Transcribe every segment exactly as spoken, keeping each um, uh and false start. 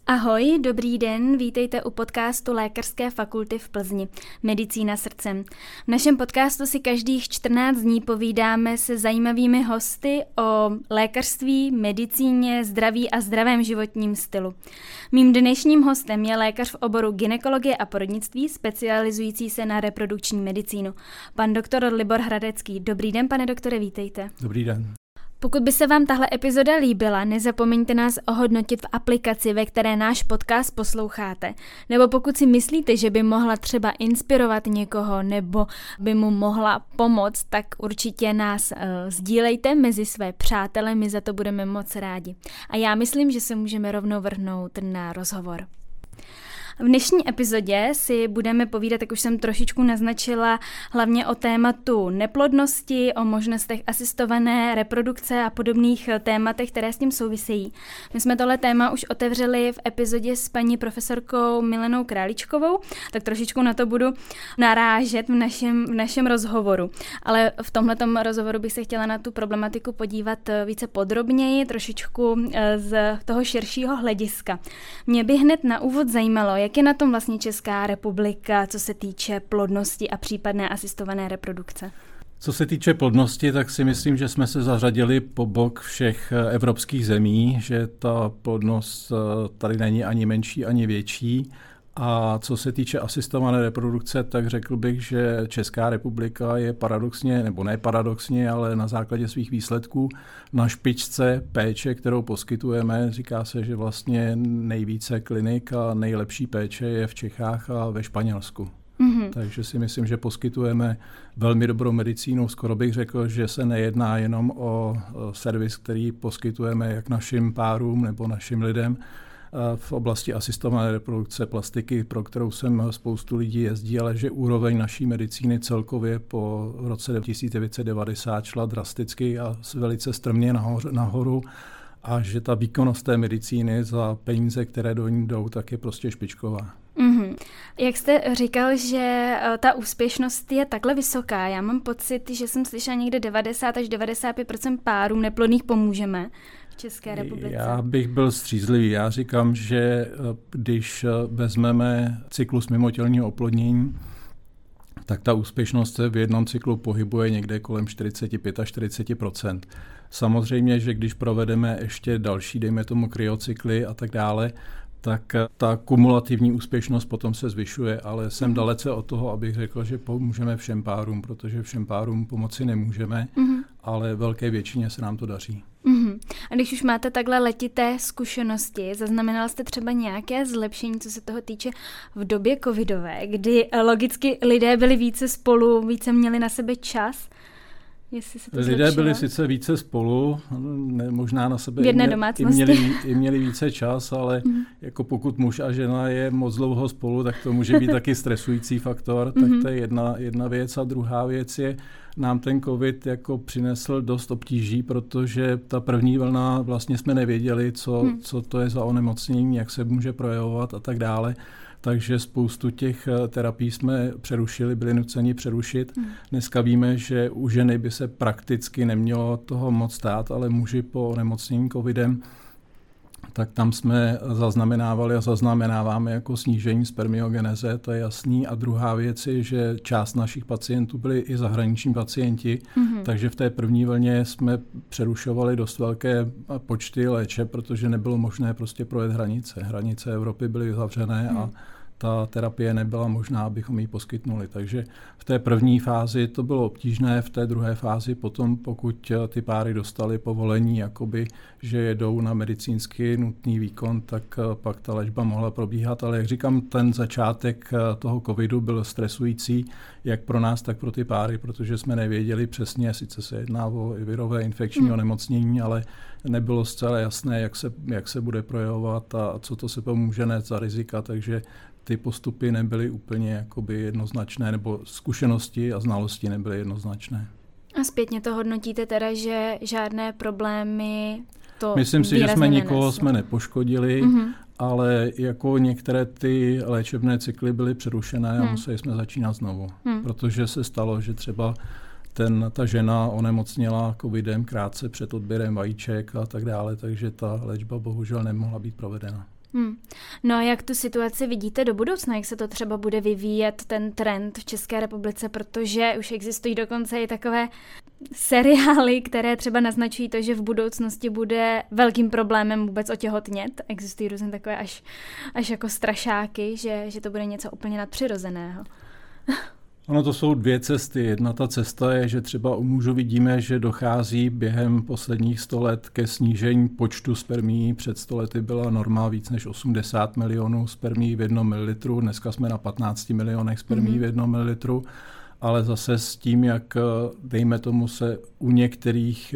Ahoj, dobrý den, vítejte u podcastu Lékařské fakulty v Plzni, Medicína srdcem. V našem podcastu si každých čtrnáct dní povídáme se zajímavými hosty o lékařství, medicíně, zdraví a zdravém životním stylu. Mým dnešním hostem je lékař v oboru gynekologie a porodnictví, specializující se na reprodukční medicínu. Pan doktor Libor Hradecký. Dobrý den, pane doktore, vítejte. Dobrý den. Pokud by se vám tahle epizoda líbila, nezapomeňte nás ohodnotit v aplikaci, ve které náš podcast posloucháte. Nebo pokud si myslíte, že by mohla třeba inspirovat někoho nebo by mu mohla pomoct, tak určitě nás uh, sdílejte mezi své přátele, my za to budeme moc rádi. A já myslím, že se můžeme rovnou vrhnout na rozhovor. V dnešní epizodě si budeme povídat, jak už jsem trošičku naznačila, hlavně o tématu neplodnosti, o možnostech asistované reprodukce a podobných tématech, které s tím souvisejí. My jsme tohle téma už otevřeli v epizodě s paní profesorkou Milenou Králíčkovou, tak trošičku na to budu narážet v našem, v našem rozhovoru. Ale v tomhletom rozhovoru bych se chtěla na tu problematiku podívat více podrobněji, trošičku z toho širšího hlediska. Mě by hned na úvod zajímalo, jak je na tom vlastně Česká republika, co se týče plodnosti a případné asistované reprodukce? Co se týče plodnosti, tak si myslím, že jsme se zařadili po bok všech evropských zemí, že ta plodnost tady není ani menší, ani větší. A co se týče asistované reprodukce, tak řekl bych, že Česká republika je paradoxně, nebo ne paradoxně, ale na základě svých výsledků na špičce péče, kterou poskytujeme. Říká se, že vlastně nejvíce klinik a nejlepší péče je v Čechách a ve Španělsku. Mm-hmm. Takže si myslím, že poskytujeme velmi dobrou medicínu. Skoro bych řekl, že se nejedná jenom o servis, který poskytujeme jak našim párům nebo našim lidem, v oblasti asistované reprodukce plastiky, pro kterou jsem spoustu lidí jezdí, ale že úroveň naší medicíny celkově po roce tisíc devět set devadesát šla drasticky a velice strmě nahoru, nahoru a že ta výkonnost té medicíny za peníze, které do ní jdou, tak je prostě špičková. Mm-hmm. Jak jste říkal, že ta úspěšnost je takhle vysoká, já mám pocit, že jsem slyšela někde devadesát až devadesát pět procent párům neplodných pomůžeme v České republice. Já bych byl střízlivý. Já říkám, že když vezmeme cyklus mimotělního oplodnění, tak ta úspěšnost se v jednom cyklu pohybuje někde kolem čtyřicet pět až čtyřicet procent. Samozřejmě, že když provedeme ještě další, dejme tomu kryocykly a tak dále, tak ta kumulativní úspěšnost potom se zvyšuje, ale jsem dalece od toho, abych řekl, že pomůžeme všem párům, protože všem párům pomoci nemůžeme, mm-hmm. ale velké většině se nám to daří. Mm-hmm. A když už máte takhle letité zkušenosti, zaznamenal jste třeba nějaké zlepšení, co se toho týče v době covidové, kdy logicky lidé byli více spolu, více měli na sebe čas? Lidé zlepšilo? Byli sice více spolu, ne, možná na sebe v jedné i, mě, domácnosti. i, měli, i měli více čas, ale mm. jako pokud muž a žena je moc dlouho spolu, tak to může být taky stresující faktor, tak mm. to je jedna, jedna věc. A druhá věc je, nám ten covid jako přinesl dost obtíží, protože ta první vlna vlastně jsme nevěděli, co, mm. co to je za onemocnění, jak se může projevovat a tak dále. Takže spoustu těch terapií jsme přerušili, byli nuceni přerušit. Hmm. Dneska víme, že u ženy by se prakticky nemělo toho moc stát, ale muži po onemocnění covidem, tak tam jsme zaznamenávali a zaznamenáváme jako snížení spermiogeneze, to je jasný. A druhá věc je, že část našich pacientů byli i zahraniční pacienti, mm-hmm. takže v té první vlně jsme přerušovali dost velké počty léčeb, protože nebylo možné prostě projet hranice. Hranice Evropy byly zavřené mm. a ta terapie nebyla možná, abychom ji poskytnuli. Takže v té první fázi to bylo obtížné, v té druhé fázi potom, pokud ty páry dostaly povolení, jakoby, že jedou na medicínsky nutný výkon, tak pak ta léčba mohla probíhat. Ale jak říkám, ten začátek toho covidu byl stresující, jak pro nás, tak pro ty páry, protože jsme nevěděli přesně, sice se jedná o virové infekční hmm. onemocnění, ale nebylo zcela jasné, jak se, jak se bude projevovat a co to se pomůže nést za rizika, takže ty postupy nebyly úplně jakoby jednoznačné, nebo zkušenosti a znalosti nebyly jednoznačné. A zpětně to hodnotíte teda, že žádné problémy to Myslím si, že jsme nikoho neneslo. jsme nepoškodili, mm-hmm. ale jako některé ty léčebné cykly byly přerušené a hmm. museli jsme začínat znovu. Hmm. Protože se stalo, že třeba ten, ta žena onemocněla covidem krátce před odběrem vajíček a tak dále, takže ta léčba bohužel nemohla být provedena. Hmm. No a jak tu situaci vidíte do budoucna, jak se to třeba bude vyvíjet, ten trend v České republice, protože už existují dokonce i takové seriály, které třeba naznačují to, že v budoucnosti bude velkým problémem vůbec otěhotnět. Existují různé takové až, až jako strašáky, že, že to bude něco úplně nadpřirozeného. Ono to jsou dvě cesty. Jedna ta cesta je, že třeba u mužů vidíme, že dochází během posledních sto let ke snížení počtu spermií. Před sto lety byla norma víc než osmdesát milionů spermií v jednom mililitru. Dneska jsme na patnáct milionech spermií mm-hmm. v jednom mililitru. Ale zase s tím, jak dejme tomu se u některých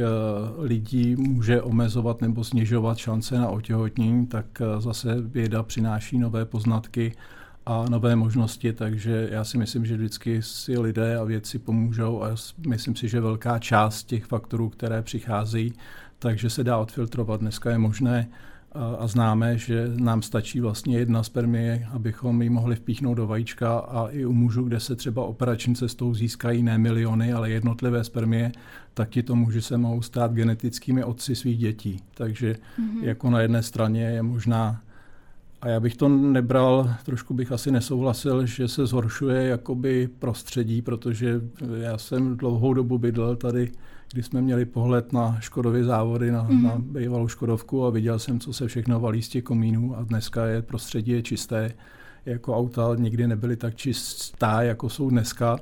lidí může omezovat nebo snižovat šance na otěhotnění, tak zase věda přináší nové poznatky a nové možnosti, takže já si myslím, že vždycky si lidé a vědci pomůžou a myslím si, že velká část těch faktorů, které přicházejí, takže se dá odfiltrovat. Dneska je možné a známe, že nám stačí vlastně jedna spermie, abychom ji mohli vpíchnout do vajíčka a i u mužů, kde se třeba operační cestou získají ne miliony, ale jednotlivé spermie, tak ti to muži se mohou stát genetickými otci svých dětí. Takže mm-hmm. jako na jedné straně je možná. A já bych to nebral, trošku bych asi nesouhlasil, že se zhoršuje jakoby prostředí, protože já jsem dlouhou dobu bydlel tady, když jsme měli pohled na Škodovy závody, na, mm. na bývalou Škodovku a viděl jsem, co se všechno valí z těch komínů a dneska je prostředí je čisté, jako auta nikdy nebyly tak čistá, jako jsou dneska.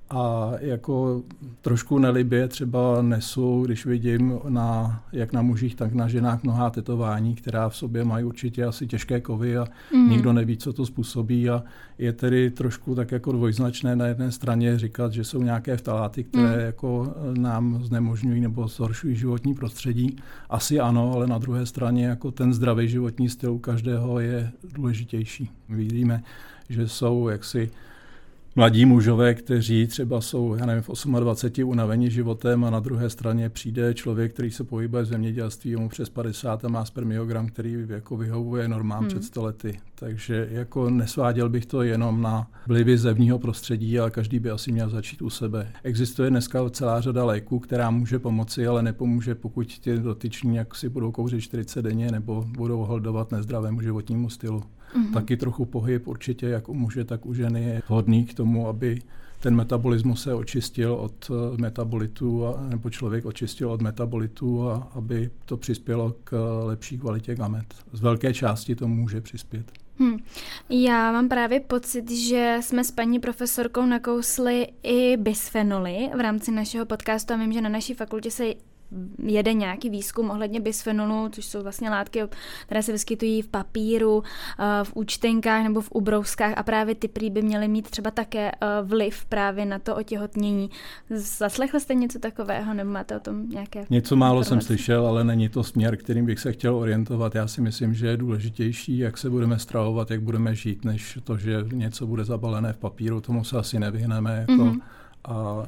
A jako trošku nelibě třeba nesu, když vidím na, jak na mužích, tak na ženách mnohá tetování, která v sobě mají určitě asi těžké kovy a mm. nikdo neví, co to způsobí a je tedy trošku tak jako dvojznačné na jedné straně říkat, že jsou nějaké ftaláty, které mm. jako nám znemožňují nebo zhoršují životní prostředí. Asi ano, ale na druhé straně jako ten zdravý životní styl u každého je důležitější. Vidíme, že jsou jaksi mladí mužové, kteří třeba jsou, já nevím, v dvaceti osmi unavení životem a na druhé straně přijde člověk, který se pohybuje v zemědělství, mu přes padesát a má spermiogram, který jako vyhovuje normám hmm. před sto lety. Takže jako nesváděl bych to jenom na vlivy zevního prostředí, ale každý by asi měl začít u sebe. Existuje dneska celá řada léků, která může pomoci, ale nepomůže, pokud ti dotyční jak si budou kouřit čtyřicet denně nebo budou holdovat nezdravému životnímu stylu. Mm-hmm. Taky trochu pohyb určitě, jak u muže, tak u ženy je vhodný k tomu, aby ten metabolismus se očistil od metabolitů, a, nebo člověk očistil od metabolitů a aby to přispělo k lepší kvalitě gamet. Z velké části to může přispět. Hmm. Já mám právě pocit, že jsme s paní profesorkou nakousli i bisfenoly v rámci našeho podcastu a vím, že na naší fakultě se jede nějaký výzkum ohledně bisfenolu, což jsou vlastně látky, které se vyskytují v papíru, v účtenkách nebo v ubrouskách a právě ty prý by měly mít třeba také vliv právě na to otěhotnění. Zaslechl jste něco takového nebo máte o tom nějaké Něco málo informace? Jsem slyšel, ale není to směr, kterým bych se chtěl orientovat. Já si myslím, že je důležitější, jak se budeme stravovat, jak budeme žít, než to, že něco bude zabalené v papíru. Tomu se asi nevyhneme. Jako, mm-hmm. a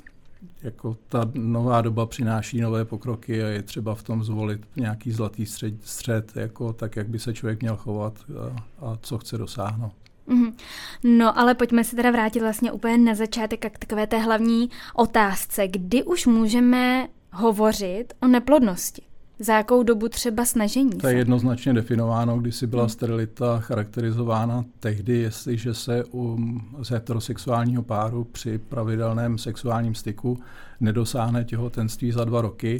jako ta nová doba přináší nové pokroky a je třeba v tom zvolit nějaký zlatý střed, střed jako tak, jak by se člověk měl chovat a, a co chce dosáhnout. Mm-hmm. No, ale pojďme se teda vrátit vlastně úplně na začátek k takové té hlavní otázce. Kdy už můžeme hovořit o neplodnosti? Za jakou dobu třeba snažení? To je jednoznačně definováno, když si byla hmm. sterilita charakterizována tehdy, jestliže se u z heterosexuálního páru při pravidelném sexuálním styku nedosáhne těhotenství za dva roky.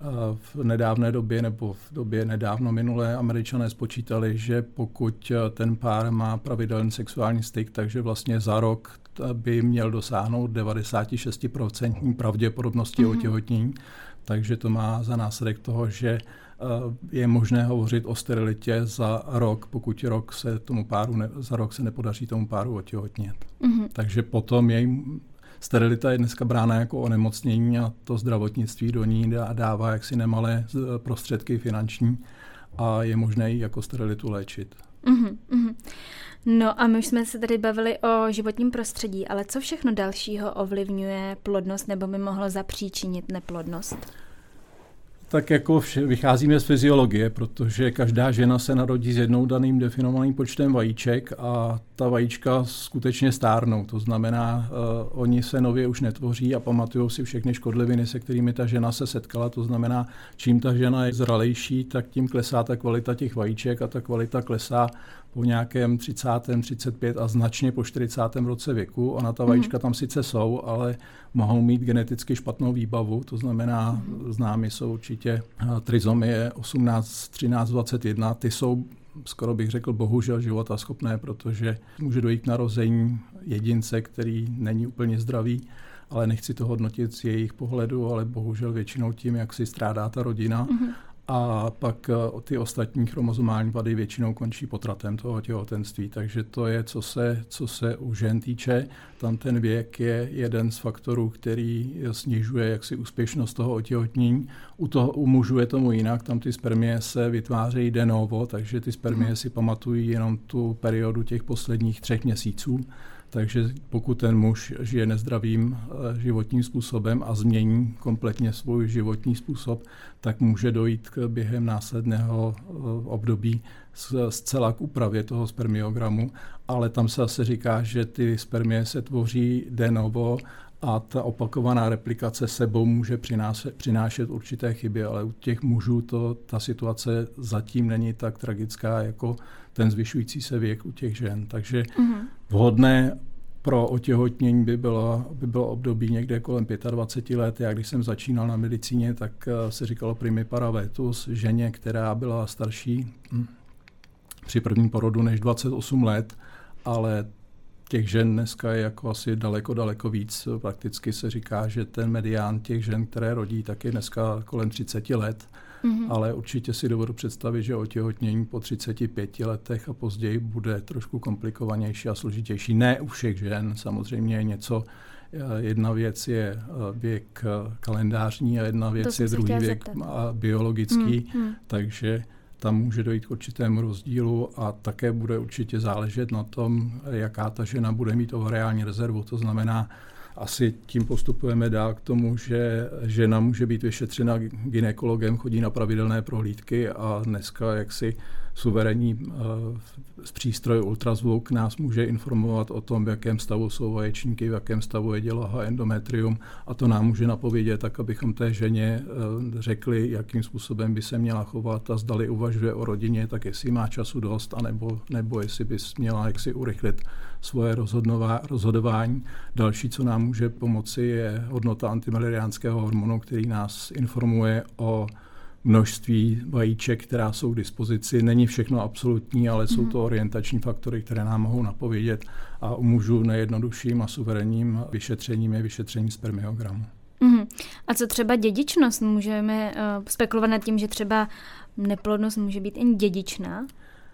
V nedávné době nebo v době nedávno minulé Američané spočítali, že pokud ten pár má pravidelný sexuální styk, takže vlastně za rok by měl dosáhnout devadesát šest procent pravděpodobnosti hmm. otěhotnění. Takže to má za následek toho, že je možné hovořit o sterilitě za rok, pokud rok se tomu páru ne, za rok se nepodaří tomu páru otěhotnět. Mm-hmm. Takže potom je sterilita je dneska brána jako onemocnění a to zdravotnictví do ní dává jaksi nemalé prostředky finanční a je možné ji jako sterilitu léčit. Mm-hmm. No a my už jsme se tady bavili o životním prostředí, ale co všechno dalšího ovlivňuje plodnost nebo by mohlo zapříčinit neplodnost? Tak jako vše, vycházíme z fyziologie, protože každá žena se narodí s jednou daným definovaným počtem vajíček a ta vajíčka skutečně stárnou. To znamená, uh, oni se nově už netvoří a pamatují si všechny škodliviny, se kterými ta žena se setkala. To znamená, čím ta žena je zralejší, tak tím klesá ta kvalita těch vajíček a ta kvalita klesá po nějakém třicátém, třicet pět a značně po čtyřicátém roce věku. Ona ta vajíčka tam sice jsou, ale mohou mít geneticky špatnou výbavu. To znamená, známy jsou určitě trizomie osmnáct, třináct, dvacet jedna. Ty jsou, skoro bych řekl, bohužel životaschopné, protože může dojít k narození jedince, který není úplně zdravý, ale nechci to hodnotit z jejich pohledu, ale bohužel většinou tím, jak si strádá ta rodina. Mm-hmm. A pak ty ostatní chromozomální vady většinou končí potratem toho těhotenství. Takže to je, co se, co se u žen týče. Tam ten věk je jeden z faktorů, který snižuje jaksi úspěšnost toho otěhotnění. U, toho, u mužů je tomu jinak. Tam ty spermie se vytvářejí de novo, takže ty spermie si pamatují jenom tu periodu těch posledních třech měsíců. Takže pokud ten muž žije nezdravým životním způsobem a změní kompletně svůj životní způsob, tak může dojít k během následného období zcela k úpravě toho spermiogramu, ale tam se zase říká, že ty spermie se tvoří de novo a ta opakovaná replikace sebou může přinášet, přinášet určité chyby, ale u těch mužů to, ta situace zatím není tak tragická jako ten zvyšující se věk u těch žen. Takže mm-hmm. vhodné pro otěhotnění by bylo, by bylo období někde kolem dvacet pět let. Já když jsem začínal na medicíně, tak se říkalo primipara vetus, ženě, která byla starší hm, při prvním porodu než dvacet osm let, ale těch žen dneska je jako asi daleko, daleko víc. Prakticky se říká, že ten medián těch žen, které rodí, tak je dneska kolem třicet let. Mm-hmm. Ale určitě si dovedu představit, že otěhotnění po třiceti pěti letech a později bude trošku komplikovanější a složitější. Ne u všech žen, samozřejmě je něco, jedna věc je věk kalendářní a jedna věc je druhý věk biologický, mm-hmm. takže tam může dojít k určitému rozdílu a také bude určitě záležet na tom, jaká ta žena bude mít ovariální rezervu. To znamená, asi tím postupujeme dál k tomu, že žena může být vyšetřena gynekologem, chodí na pravidelné prohlídky a dneska jaksi suverénní uh, z přístroje ultrazvuk nás může informovat o tom, v jakém stavu jsou vaječníky, v jakém stavu je děloha, endometrium a to nám může napovědět, tak abychom té ženě uh, řekli, jakým způsobem by se měla chovat a zdali uvažuje o rodině, tak jestli má času dost, anebo, nebo jestli by měla jaksi urychlit svoje rozhodování. Další, co nám může pomoci, je hodnota antimaleriánského hormonu, který nás informuje o množství vajíček, která jsou k dispozici. Není všechno absolutní, ale jsou to orientační faktory, které nám mohou napovědět a u mužů nejjednodušším a suverénním vyšetřením je vyšetření spermiogramu. Mm. A co třeba dědičnost? Můžeme uh, spekulovat nad tím, že třeba neplodnost může být jen dědičná?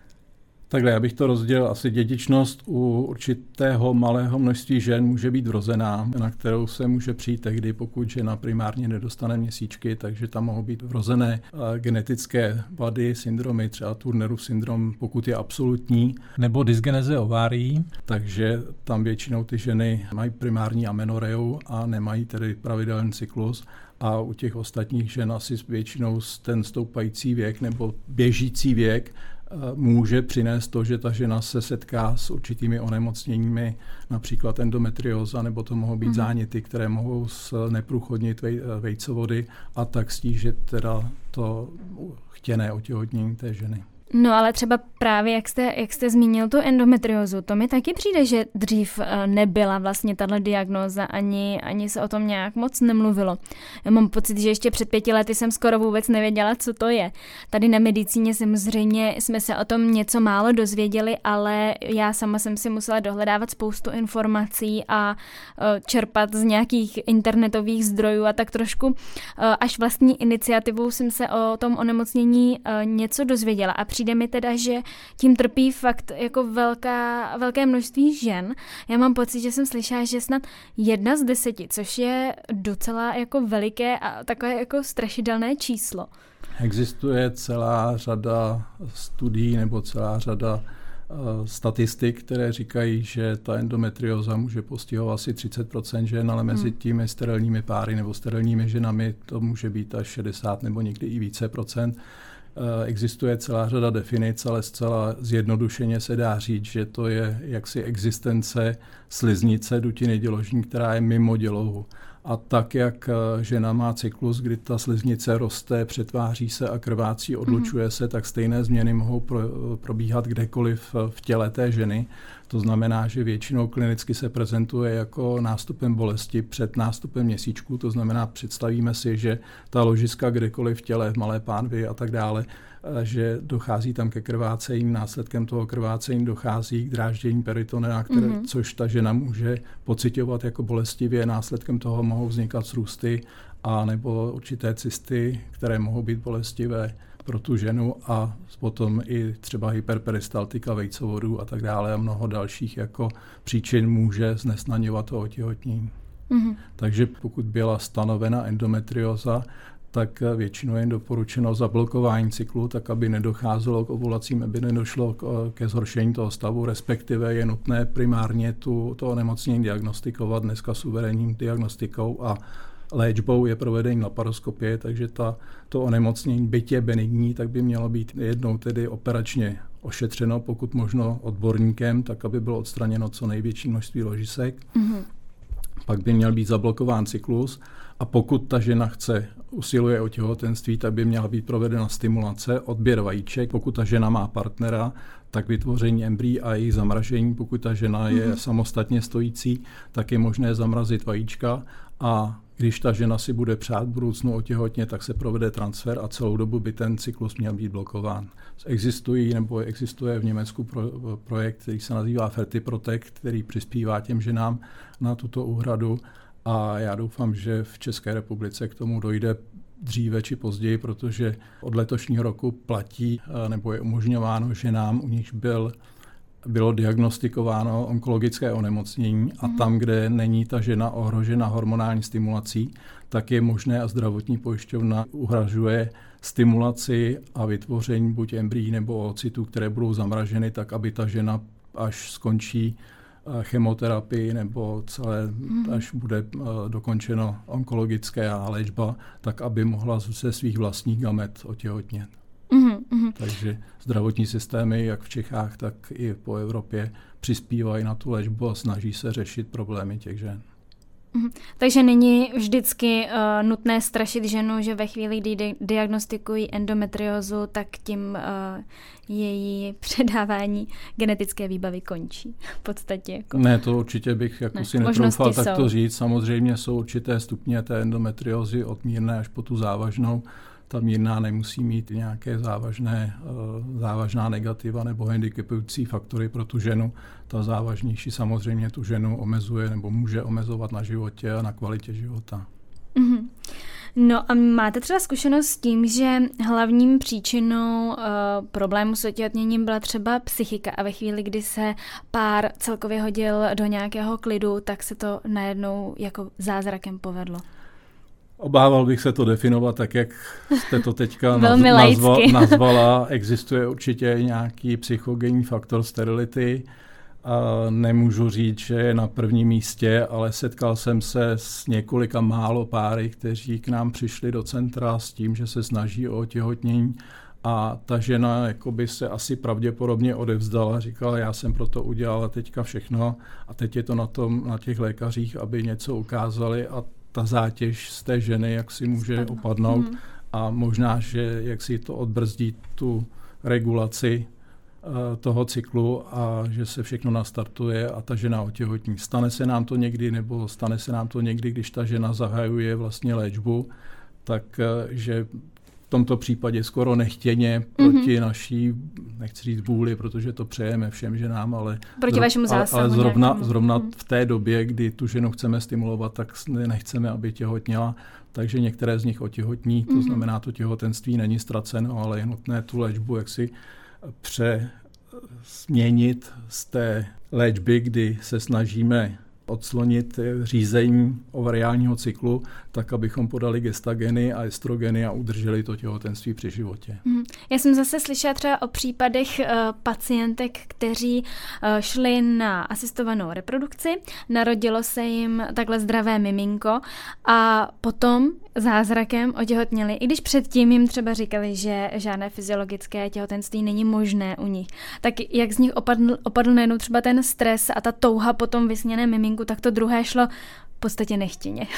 Takhle, já bych to rozdělil. Asi dědičnost u určitého malého množství žen může být vrozená, na kterou se může přijít tehdy, pokud žena primárně nedostane měsíčky, takže tam mohou být vrozené genetické vady, syndromy, třeba Turnerův syndrom, pokud je absolutní. Nebo dysgeneze ovárií. Takže tam většinou ty ženy mají primární amenoreu a nemají tedy pravidelný cyklus. A u těch ostatních žen asi většinou ten stoupající věk nebo běžící věk může přinést to, že ta žena se setká s určitými onemocněními, například endometrióza, nebo to mohou být mm. záněty, které mohou neprůchodnit vej, vejcovody a tak stížit teda to chtěné otěhotnění té ženy. No ale třeba právě, jak jste, jak jste zmínil tu endometriózu, to mi taky přijde, že dřív nebyla vlastně tahle diagnóza, ani, ani se o tom nějak moc nemluvilo. Já mám pocit, že ještě před pěti lety jsem skoro vůbec nevěděla, co to je. Tady na medicíně samozřejmě jsme se o tom něco málo dozvěděli, ale já sama jsem si musela dohledávat spoustu informací a čerpat z nějakých internetových zdrojů a tak trošku až vlastní iniciativou jsem se o tom onemocnění něco dozvěděla. A přijde mi teda, že tím trpí fakt jako velká, velké množství žen. Já mám pocit, že jsem slyšela, že snad jedna z deseti, což je docela jako veliké a takové jako strašidelné číslo. Existuje celá řada studií nebo celá řada statistik, které říkají, že ta endometrióza může postihovat asi třicet procent žen, ale mezi těmi sterilními páry nebo sterilními ženami to může být až šedesát nebo někdy i více procent. Existuje celá řada definic, ale zcela zjednodušeně se dá říct, že to je jaksi existence sliznice dutiny děložní, která je mimo dělohu. A tak, jak žena má cyklus, kdy ta sliznice roste, přetváří se a krvácí, odlučuje se, tak stejné změny mohou pro, probíhat kdekoliv v těle té ženy. To znamená, že většinou klinicky se prezentuje jako nástupem bolesti před nástupem měsíčku. To znamená, představíme si, že ta ložiska kdekoliv v těle, v malé pánvi a tak dále, že dochází tam ke krvácení, následkem toho krvácení dochází k dráždění peritonea, které, mm-hmm. což ta žena může pociťovat jako bolestivě, následkem toho mohou vznikat srůsty a nebo určité cysty, které mohou být bolestivé pro tu ženu a potom i třeba hyperperistaltika vejcovodů a tak dále a mnoho dalších jako příčin může znesnaňovat to otěhotnění. Mm-hmm. Takže pokud byla stanovena endometrióza, tak většinou je doporučeno zablokování cyklu, tak aby nedocházelo k ovulacím, aby nedošlo ke zhoršení toho stavu, respektive je nutné primárně tu, to onemocnění diagnostikovat dneska suverénním diagnostikou a léčbou je provedení laparoskopie, takže ta, to onemocnění, byť je benigní, tak by mělo být jednou tedy operačně ošetřeno, pokud možno odborníkem, tak aby bylo odstraněno co největší množství ložisek. Mm-hmm. Pak by měl být zablokován cyklus a pokud ta žena chce, usiluje o těhotenství, tak by měla být provedena stimulace, odběr vajíček. Pokud ta žena má partnera, tak vytvoření embryí a jejich zamražení. Pokud ta žena je mm-hmm. samostatně stojící, tak je možné zamrazit vajíčka a když ta žena si bude přát v budoucnu otěhotně, tak se provede transfer a celou dobu by ten cyklus měl být blokován. Existují nebo existuje v Německu pro, projekt, který se nazývá FertiProtect, který přispívá těm ženám na tuto úhradu a já doufám, že v České republice k tomu dojde dříve či později, protože od letošního roku platí nebo je umožňováno ženám, u nichž byl bylo diagnostikováno onkologické onemocnění a tam, kde není ta žena ohrožena hormonální stimulací, tak je možné a zdravotní pojišťovna uhražuje stimulaci a vytvoření buď embryí nebo oocytů, které budou zamraženy, tak aby ta žena, až skončí chemoterapii nebo celé, až bude dokončeno onkologické léčba, tak aby mohla ze svých vlastních gamet otěhotnět. Mm-hmm, mm-hmm. Takže zdravotní systémy, jak v Čechách, tak i po Evropě, přispívají na tu léčbu a snaží se řešit problémy těch žen. Mm-hmm. Takže není vždycky uh, nutné strašit ženu, že ve chvíli, kdy di- diagnostikují endometriózu, tak tím uh, její předávání genetické výbavy končí. V podstatě. Jako... Ne, to určitě bych jako ne, si netroufal tak to říct. Samozřejmě jsou určité stupně té endometriózy od mírné až po tu závažnou. Ta mírná nemusí mít nějaké závažné, závažná negativa nebo handicapující faktory pro tu ženu. Ta závažnější samozřejmě tu ženu omezuje nebo může omezovat na životě a na kvalitě života. Mm-hmm. No a máte třeba zkušenost s tím, že hlavním příčinou uh, problému s otěhotněním byla třeba psychika a ve chvíli, kdy se pár celkově hodil do nějakého klidu, tak se to najednou jako zázrakem povedlo? Obával bych se to definovat tak, jak jste to teďka nazva, nazvala. Existuje určitě nějaký psychogenní faktor sterility. A nemůžu říct, že je na prvním místě, ale setkal jsem se s několika málo páry, kteří k nám přišli do centra s tím, že se snaží o otěhotnění. A ta žena jakoby se asi pravděpodobně odevzdala, říkala, já jsem pro to udělala teďka všechno a teď je to na, tom, na těch lékařích, aby něco ukázali a ta zátěž z té ženy, jak si může Spadno. opadnout hmm. a možná, že jak si to odbrzdí tu regulaci uh, toho cyklu a že se všechno nastartuje a ta žena otěhotní. Stane se nám to někdy, nebo stane se nám to někdy, když ta žena zahajuje vlastně léčbu, tak uh, že v tomto případě skoro nechtěně proti mm-hmm. naší, nechci říct vůli, protože to přejeme všem ženám, ale, proti vašemu zásahu, ale zrovna, zrovna v té době, kdy tu ženu chceme stimulovat, tak nechceme, aby těhotněla, takže některé z nich otěhotní, to mm-hmm. znamená, to těhotenství není ztraceno, ale je nutné tu léčbu jaksi přesměnit z té léčby, kdy se snažíme odslonit řízení ovariálního cyklu, tak abychom podali gestageny a estrogeny a udrželi to těhotenství při životě. Hmm. Já jsem zase slyšela třeba o případech uh, pacientek, kteří uh, šli na asistovanou reprodukci, narodilo se jim takhle zdravé miminko a potom zázrakem otěhotněli, i když předtím jim třeba říkali, že žádné fyziologické těhotenství není možné u nich. Tak jak z nich opadl, opadl najednou třeba ten stres a ta touha po tom vysněném miminku, tak to druhé šlo v podstatě nechtěně.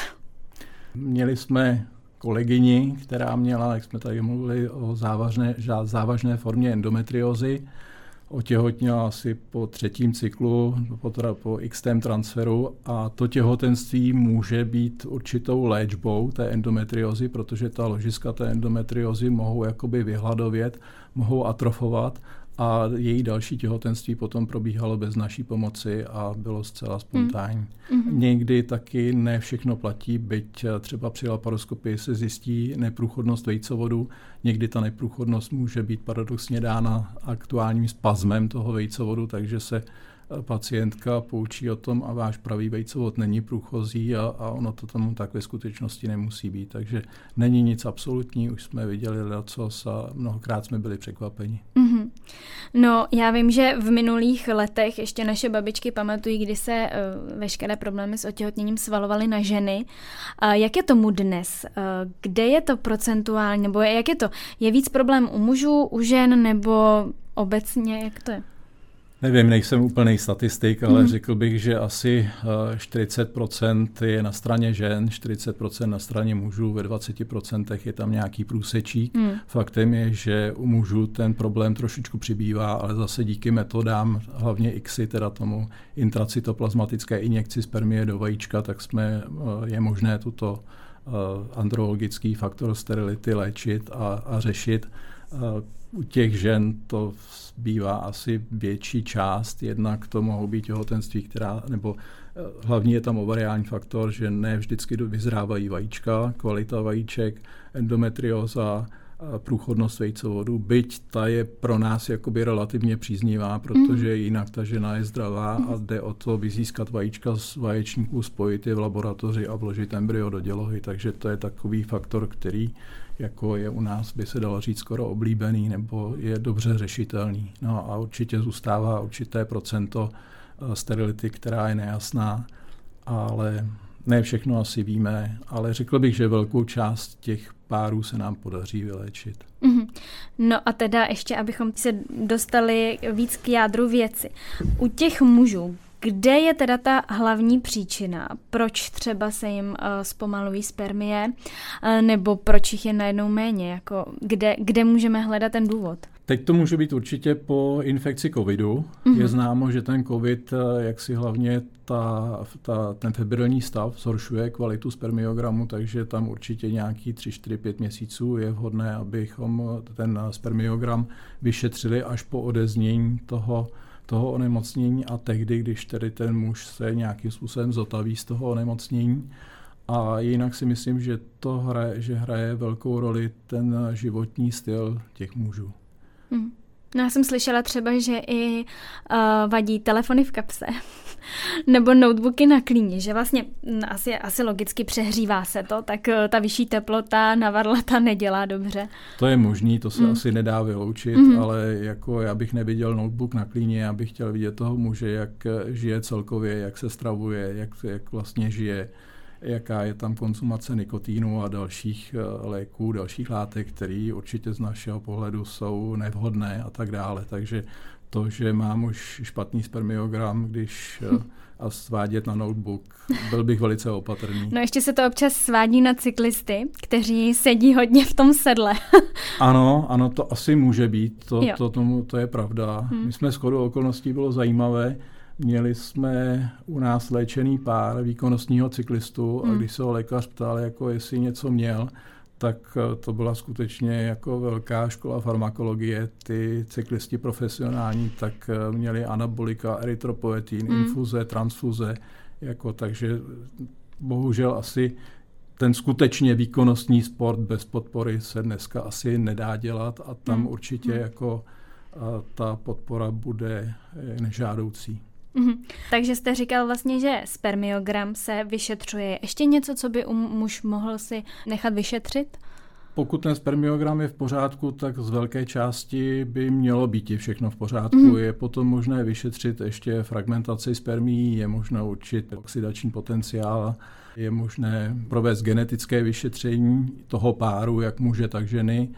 Měli jsme kolegyni, která měla, jak jsme tady mluvili, o závažné, závažné formě endometriózy. Otěhotněla asi po třetím cyklu, po, teda po X tém transferu a to těhotenství může být určitou léčbou té endometriózy, protože ta ložiska té endometriózy mohou jakoby vyhladovět, mohou atrofovat a její další těhotenství potom probíhalo bez naší pomoci a bylo zcela spontánní. Mm. Někdy taky ne všechno platí, byť třeba při laparoskopii se zjistí neprůchodnost vejcovodu. Někdy ta neprůchodnost může být paradoxně dána aktuálním spazmem toho vejcovodu, takže se pacientka poučí o tom a váš pravý vejcovod není průchozí a, a ono to tomu tak ve skutečnosti nemusí být. Takže není nic absolutní, už jsme viděli lecos a mnohokrát jsme byli překvapeni. Mm-hmm. No, já vím, že v minulých letech ještě naše babičky pamatují, kdy se uh, veškeré problémy s otěhotněním svalovaly na ženy. Uh, jak je tomu dnes? Uh, kde je to procentuálně? Nebo jak je to? Je víc problém u mužů, u žen nebo obecně? Jak to je? Nevím, nejsem úplný statistik, ale mm. řekl bych, že asi čtyřicet procent je na straně žen, čtyřicet procent na straně mužů, ve dvacet procent je tam nějaký průsečík. Mm. Faktem je, že u mužů ten problém trošičku přibývá, ale zase díky metodám, hlavně I C S I, teda tomu intracytoplazmatické injekci spermie do vajíčka, tak jsme, je možné tuto andrologický faktor sterility léčit a, a řešit. U těch žen to bývá asi větší část, jednak to mohou být těhotenství, která, nebo hlavní je tam ovariální faktor, že ne vždycky vyzrávají vajíčka, kvalita vajíček, endometrióza, průchodnost vejcovodu, byť ta je pro nás jakoby relativně příznivá, protože jinak ta žena je zdravá a jde o to vyzískat vajíčka z vaječníků, spojit je v laboratoři a vložit embryo do dělohy, takže to je takový faktor, který jako je u nás, by se dalo říct, skoro oblíbený nebo je dobře řešitelný. No a určitě zůstává určité procento sterility, která je nejasná, ale ne všechno asi víme, ale řekl bych, že velkou část těch párů se nám podaří vyléčit. Mm-hmm. No a teda ještě, abychom se dostali víc k jádru věci. U těch mužů, kde je teda ta hlavní příčina? Proč třeba se jim uh, zpomalují spermie? Uh, nebo proč jich je najednou méně? Jako, kde, kde můžeme hledat ten důvod? Teď to může být určitě po infekci covidu. Mm-hmm. Je známo, že ten covid, jak si hlavně ta, ta, ten febrilní stav zhoršuje kvalitu spermiogramu, takže tam určitě nějaký tři, čtyři, pět měsíců je vhodné, abychom ten spermiogram vyšetřili až po odeznění toho toho onemocnění a tehdy, když tedy ten muž se nějakým způsobem zotaví z toho onemocnění. A jinak si myslím, že to hraje, že hraje velkou roli ten životní styl těch mužů. Hmm. No já jsem slyšela třeba, že i uh, vadí telefony v kapse nebo notebooky na klíně, že vlastně asi, asi logicky přehřívá se to, tak uh, ta vyšší teplota na varlata nedělá dobře. To je možný, to se mm. asi nedá vyloučit, mm. ale jako já bych neviděl notebook na klíně, já bych chtěl vidět toho muže, jak žije celkově, jak se stravuje, jak, jak vlastně žije, jaká je tam konzumace nikotínu a dalších léků, dalších látek, které určitě z našeho pohledu jsou nevhodné a tak dále. Takže to, že mám už špatný spermiogram, když a svádět na notebook, byl bych velice opatrný. No ještě se to občas svádí na cyklisty, kteří sedí hodně v tom sedle. Ano, ano, to asi může být, to, to, tomu, to je pravda. Hmm. My jsme shodou okolností, bylo zajímavé, měli jsme u nás léčený pár výkonnostního cyklistu hmm. a když se ho lékař ptal, jako jestli něco měl, tak to byla skutečně jako velká škola farmakologie. Ty cyklisti profesionální tak měli anabolika, erytropoetin, hmm. infuze, transfuze, jako, takže bohužel asi ten skutečně výkonnostní sport bez podpory se dneska asi nedá dělat a tam hmm. určitě hmm. jako ta podpora bude nežádoucí. Mm-hmm. Takže jste říkal vlastně, že spermiogram se vyšetřuje. Ještě něco, co by um, muž mohl si nechat vyšetřit? Pokud ten spermiogram je v pořádku, tak z velké části by mělo být všechno v pořádku. Mm. Je potom možné vyšetřit ještě fragmentaci spermií, je možné určit oxidační potenciál, je možné provést genetické vyšetření toho páru, jak muže, tak ženy.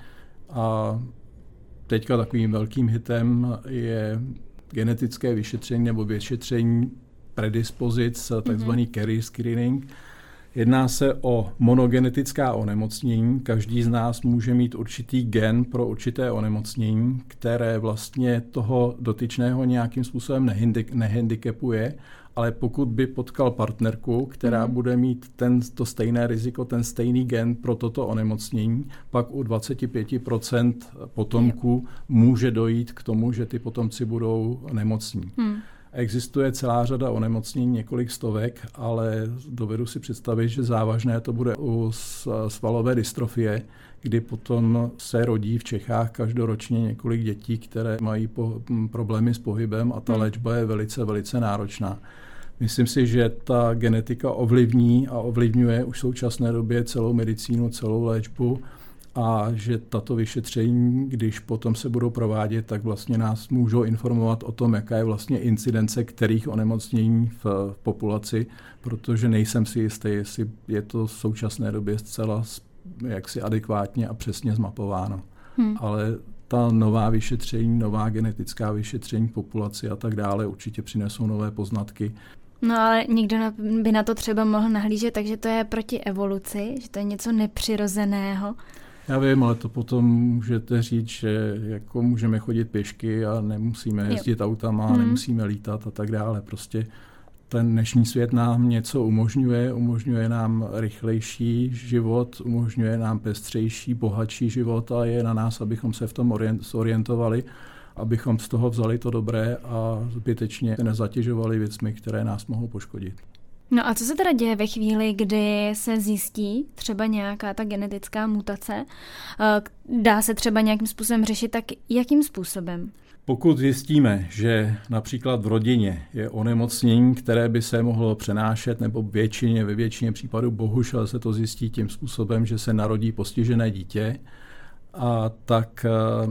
A teďka takovým velkým hitem je genetické vyšetření nebo vyšetření predispozic, takzvaný mm. carrier screening. Jedná se o monogenetická onemocnění. Každý z nás může mít určitý gen pro určité onemocnění, které vlastně toho dotyčného nějakým způsobem nehandicapuje, ale pokud by potkal partnerku, která mm. bude mít ten, to stejné riziko, ten stejný gen pro toto onemocnění, pak u dvacet pět procent potomků může dojít k tomu, že ty potomci budou nemocní. Mm. Existuje celá řada onemocnění, několik stovek, ale dovedu si představit, že závažné to bude u svalové dystrofie, kdy potom se rodí v Čechách každoročně několik dětí, které mají po, problémy s pohybem a ta léčba je velice, velice náročná. Myslím si, že ta genetika ovlivní a ovlivňuje už v současné době celou medicínu, celou léčbu, a že tato vyšetření, když potom se budou provádět, tak vlastně nás můžou informovat o tom, jaká je vlastně incidence kterých onemocnění v, v populaci, protože nejsem si jistý, jestli je to v současné době zcela jaksi adekvátně a přesně zmapováno. Hmm. Ale ta nová vyšetření, nová genetická vyšetření populaci a tak dále určitě přinesou nové poznatky. No ale někdo by na to třeba mohl nahlížet, takže to je proti evoluci, že to je něco nepřirozeného. Já vím, ale to potom můžete říct, že jako můžeme chodit pěšky a nemusíme jezdit jo. autama, hmm. nemusíme lítat a tak dále. Prostě ten dnešní svět nám něco umožňuje, umožňuje nám rychlejší život, umožňuje nám pestřejší, bohatší život a je na nás, abychom se v tom zorientovali, abychom z toho vzali to dobré a zbytečně nezatěžovali věcmi, které nás mohou poškodit. No a co se teda děje ve chvíli, kdy se zjistí třeba nějaká ta genetická mutace? Dá se třeba nějakým způsobem řešit, tak jakým způsobem? Pokud zjistíme, že například v rodině je onemocnění, které by se mohlo přenášet, nebo většině, ve většině případů bohužel se to zjistí tím způsobem, že se narodí postižené dítě, a tak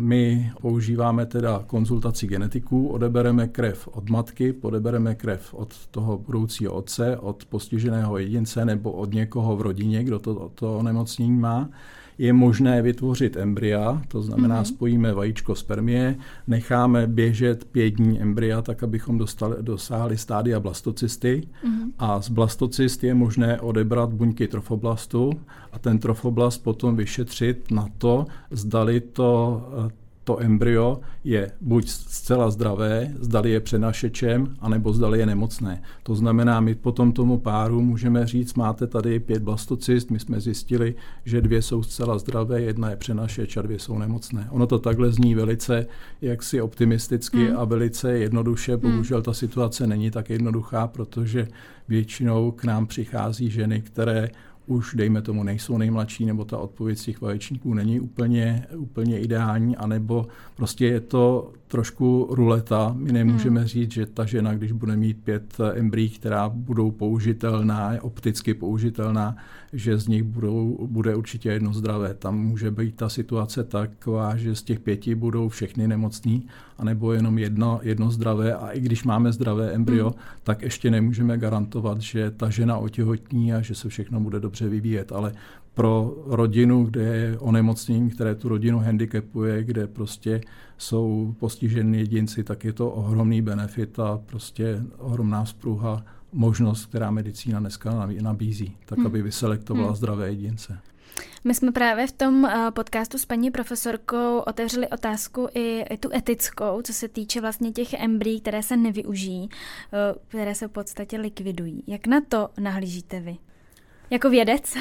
my používáme teda konzultaci genetiků, odebereme krev od matky, odebereme krev od toho budoucího otce, od postiženého jedince nebo od někoho v rodině, kdo to, to onemocnění má. Je možné vytvořit embrya, to znamená, mm-hmm. spojíme vajíčko spermie, necháme běžet pět dní embrya, tak abychom dostali, dosáhli stádia blastocysty. Mm-hmm. A z blastocyst je možné odebrat buňky trofoblastu a ten trofoblast potom vyšetřit na to, zdali to, to embryo je buď zcela zdravé, zdali je přenašečem, anebo zdali je nemocné. To znamená, my potom tomu páru můžeme říct, máte tady pět blastocyst, my jsme zjistili, že dvě jsou zcela zdravé, jedna je přenašeč a dvě jsou nemocné. Ono to takhle zní velice jaksi optimisticky hmm. a velice jednoduše. Bohužel ta situace není tak jednoduchá, protože většinou k nám přichází ženy, které už, dejme tomu, nejsou nejmladší, nebo ta odpověď z těch vaječníků není úplně, úplně ideální, anebo prostě je to trošku ruleta. My nemůžeme hmm. říct, že ta žena, když bude mít pět embryí, která budou použitelná, opticky použitelná, že z nich budou, bude určitě jedno zdravé. Tam může být ta situace taková, že z těch pěti budou všechny nemocní, anebo jenom jedno, jedno zdravé. A i když máme zdravé embryo, hmm. tak ještě nemůžeme garantovat, že ta žena otěhotní a že se všechno bude dobře vyvíjet. Ale pro rodinu, kde je onemocnění, které tu rodinu handicapuje, kde prostě jsou postiženi jedinci, tak je to ohromný benefit a prostě ohromná spruha, možnost, která medicína dneska nabízí, tak hmm. aby vyselektovala hmm. zdravé jedince. My jsme právě v tom podcastu s paní profesorkou otevřeli otázku i, i tu etickou, co se týče vlastně těch embryí, které se nevyužijí, které se v podstatě likvidují. Jak na to nahlížíte vy? Jako vědec?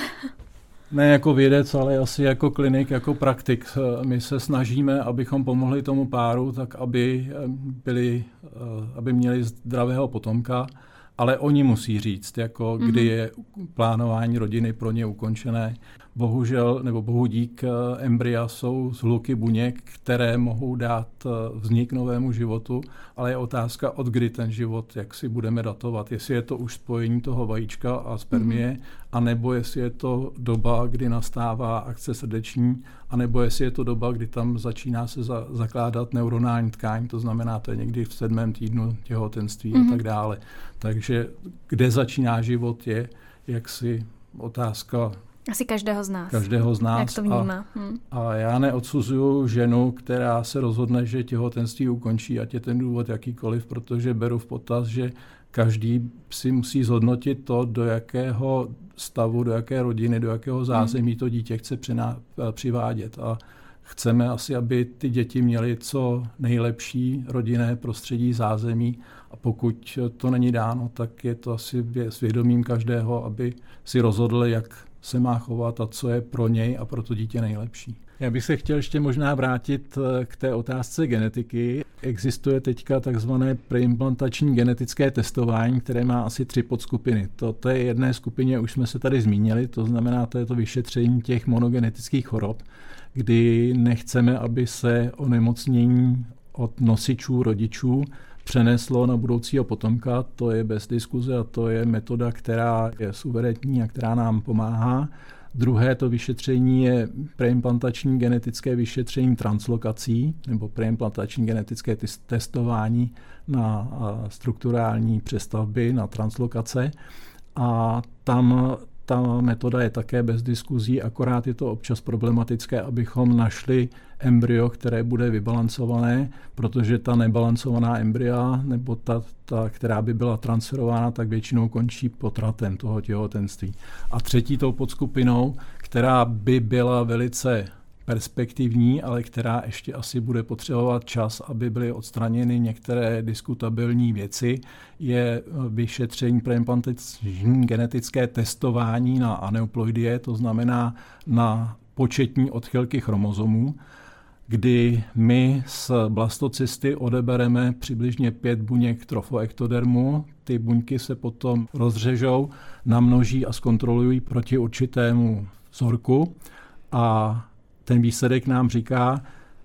Ne jako vědec, ale asi jako klinik, jako praktik. My se snažíme, abychom pomohli tomu páru, tak aby, byli, aby měli zdravého potomka, ale oni musí říct, jako kdy je plánování rodiny pro ně ukončené. bohužel, nebo bohu dík, embrya jsou zhluky buněk, které mohou dát vznik novému životu, ale je otázka, od kdy ten život, jak si budeme datovat. Jestli je to už spojení toho vajíčka a spermie, mm-hmm. anebo jestli je to doba, kdy nastává akce srdeční, anebo jestli je to doba, kdy tam začíná se za, zakládat neuronální tkáň, to znamená, to je někdy v sedmém týdnu těhotenství mm-hmm. a tak dále. Takže kde začíná život je jaksi otázka asi každého z nás. Každého z nás. Jak to vnímá. A, hmm. a já neodsuzuju ženu, která se rozhodne, že těhotenství ukončí, ať je ten důvod jakýkoliv, protože beru v potaz, že každý si musí zhodnotit to, do jakého stavu, do jaké rodiny, do jakého zázemí to dítě chce přiná, přivádět. A chceme asi, aby ty děti měly co nejlepší rodinné prostředí, zázemí. A pokud to není dáno, tak je to asi svědomím každého, aby si rozhodl, jak se má chovat a co je pro něj a pro to dítě nejlepší. Já bych se chtěl ještě možná vrátit k té otázce genetiky. Existuje teďka takzvané preimplantační genetické testování, které má asi tři podskupiny. To, to je jedné skupině, už jsme se tady zmínili, to znamená, to je to vyšetření těch monogenetických chorob, kdy nechceme, aby se onemocnění od nosičů, rodičů přeneslo na budoucího potomka, to je bez diskuze a to je metoda, která je suverénní a která nám pomáhá. Druhé to vyšetření je preimplantační genetické vyšetření translokací nebo preimplantační genetické testování na strukturální přestavby, na translokace. A tam ta metoda je také bez diskuzí, akorát je to občas problematické, abychom našli embryo, které bude vybalancované, protože ta nebalancovaná embrya, nebo ta, ta, která by byla transferována, tak většinou končí potratem toho těhotenství. A třetí tou podskupinou, která by byla velice perspektivní, ale která ještě asi bude potřebovat čas, aby byly odstraněny některé diskutabilní věci, je vyšetření preimplantační genetické testování na aneuploidie, to znamená na početní odchylky chromozomů, kdy my z blastocysty odebereme přibližně pět buněk trofoektodermu. Ty buňky se potom rozřežou, namnoží a zkontrolují proti určitému vzorku a ten výsledek nám říká,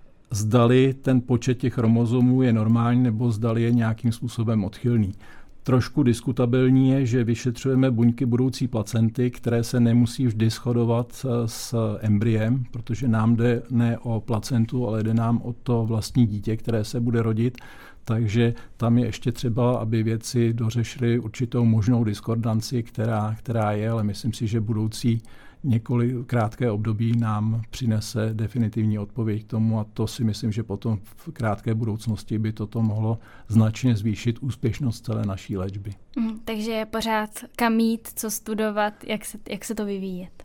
zdali ten počet těch chromozomů je normální nebo zdali je nějakým způsobem odchylný. Trošku diskutabilní je, že vyšetřujeme buňky budoucí placenty, které se nemusí vždy shodovat s embryem, protože nám jde ne o placentu, ale jde nám o to vlastní dítě, které se bude rodit. Takže tam je ještě třeba, aby vědci dořešili určitou možnou diskordanci, která, která je, ale myslím si, že budoucí několik krátké období nám přinese definitivní odpověď k tomu a to si myslím, že potom v krátké budoucnosti by toto mohlo značně zvýšit úspěšnost celé naší léčby. Mm, takže je pořád kam jít, co studovat, jak se, jak se to vyvíjet.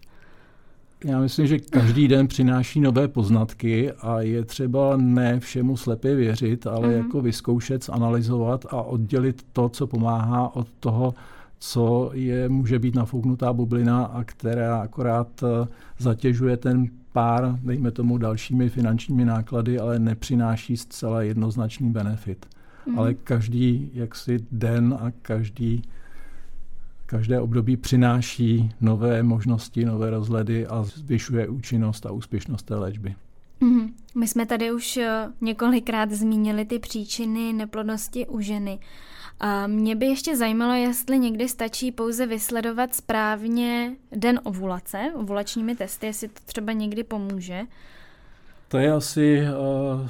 Já myslím, že každý den přináší nové poznatky a je třeba ne všemu slepě věřit, ale mm-hmm. jako vyzkoušet, analyzovat a oddělit to, co pomáhá od toho, co je, může být nafouknutá bublina a která akorát zatěžuje ten pár, dejme tomu, dalšími finančními náklady, ale nepřináší zcela jednoznačný benefit. Mm. Ale každý jaksi den a každý, každé období přináší nové možnosti, nové rozhledy a zvyšuje účinnost a úspěšnost té léčby. Mm. My jsme tady už několikrát zmínili ty příčiny neplodnosti u ženy. A mě by ještě zajímalo, jestli někdy stačí pouze vysledovat správně den ovulace, ovulačními testy, jestli to třeba někdy pomůže. To je asi uh,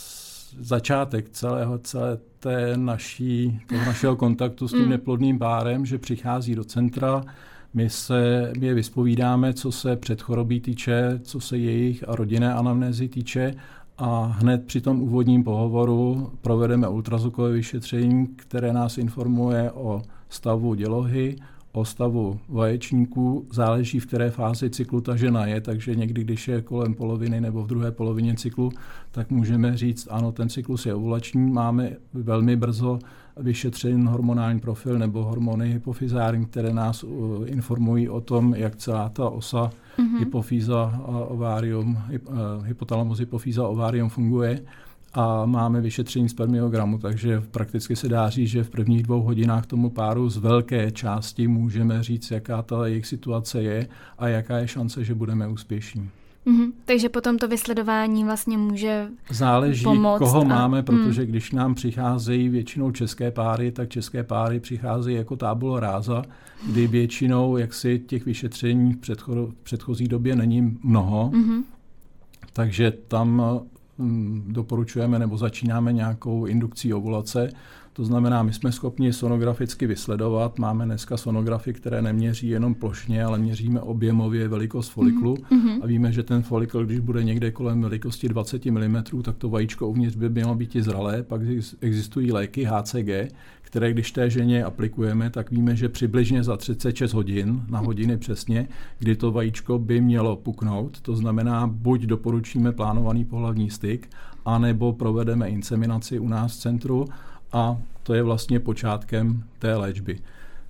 začátek celého, celé té naší, toho našeho kontaktu s tím mm. neplodným párem, že přichází do centra, my se my je vyspovídáme, co se předchorobí týče, co se jejich a rodinné anamnézy týče, a hned při tom úvodním pohovoru provedeme ultrazvukové vyšetření, které nás informuje o stavu dělohy, o stavu vaječníků. Záleží, v které fázi cyklu ta žena je, takže někdy, když je kolem poloviny nebo v druhé polovině cyklu, tak můžeme říct, ano, ten cyklus je ovulační. Máme velmi brzo vyšetřen hormonální profil nebo hormony hypofyzární, které nás informují o tom, jak celá ta osa mm-hmm. hypofýza, ovárium, hypotalamus, hypofýza, ovárium funguje. a máme vyšetření spermiogramu, takže prakticky se dá říct, že v prvních dvou hodinách tomu páru z velké části můžeme říct, jaká ta jejich situace je a jaká je šance, že budeme úspěšní. Mm-hmm. Takže potom to vysledování vlastně může Záleží, pomoct koho a... máme, protože mm. když nám přicházejí většinou české páry, tak české páry přicházejí jako tabula rasa, kdy většinou jaksi těch vyšetření v, předcho- v předchozí době není mnoho, mm-hmm. takže tam mm, doporučujeme nebo začínáme nějakou indukcí ovulace. To znamená, my jsme schopni sonograficky vysledovat. Máme dneska sonografy, které neměří jenom plošně, ale měříme objemově velikost foliklu. Mm-hmm. A víme, že ten folikl, když bude někde kolem velikosti dvacet milimetrů, tak to vajíčko uvnitř by mělo být i zralé. Pak existují léky H C G, které když té ženě aplikujeme, tak víme, že přibližně za třicet šest hodin, na hodiny přesně, kdy to vajíčko by mělo puknout. To znamená, buď doporučíme plánovaný pohlavní styk, anebo provedeme inseminaci u nás v centru, a to je vlastně počátkem té léčby.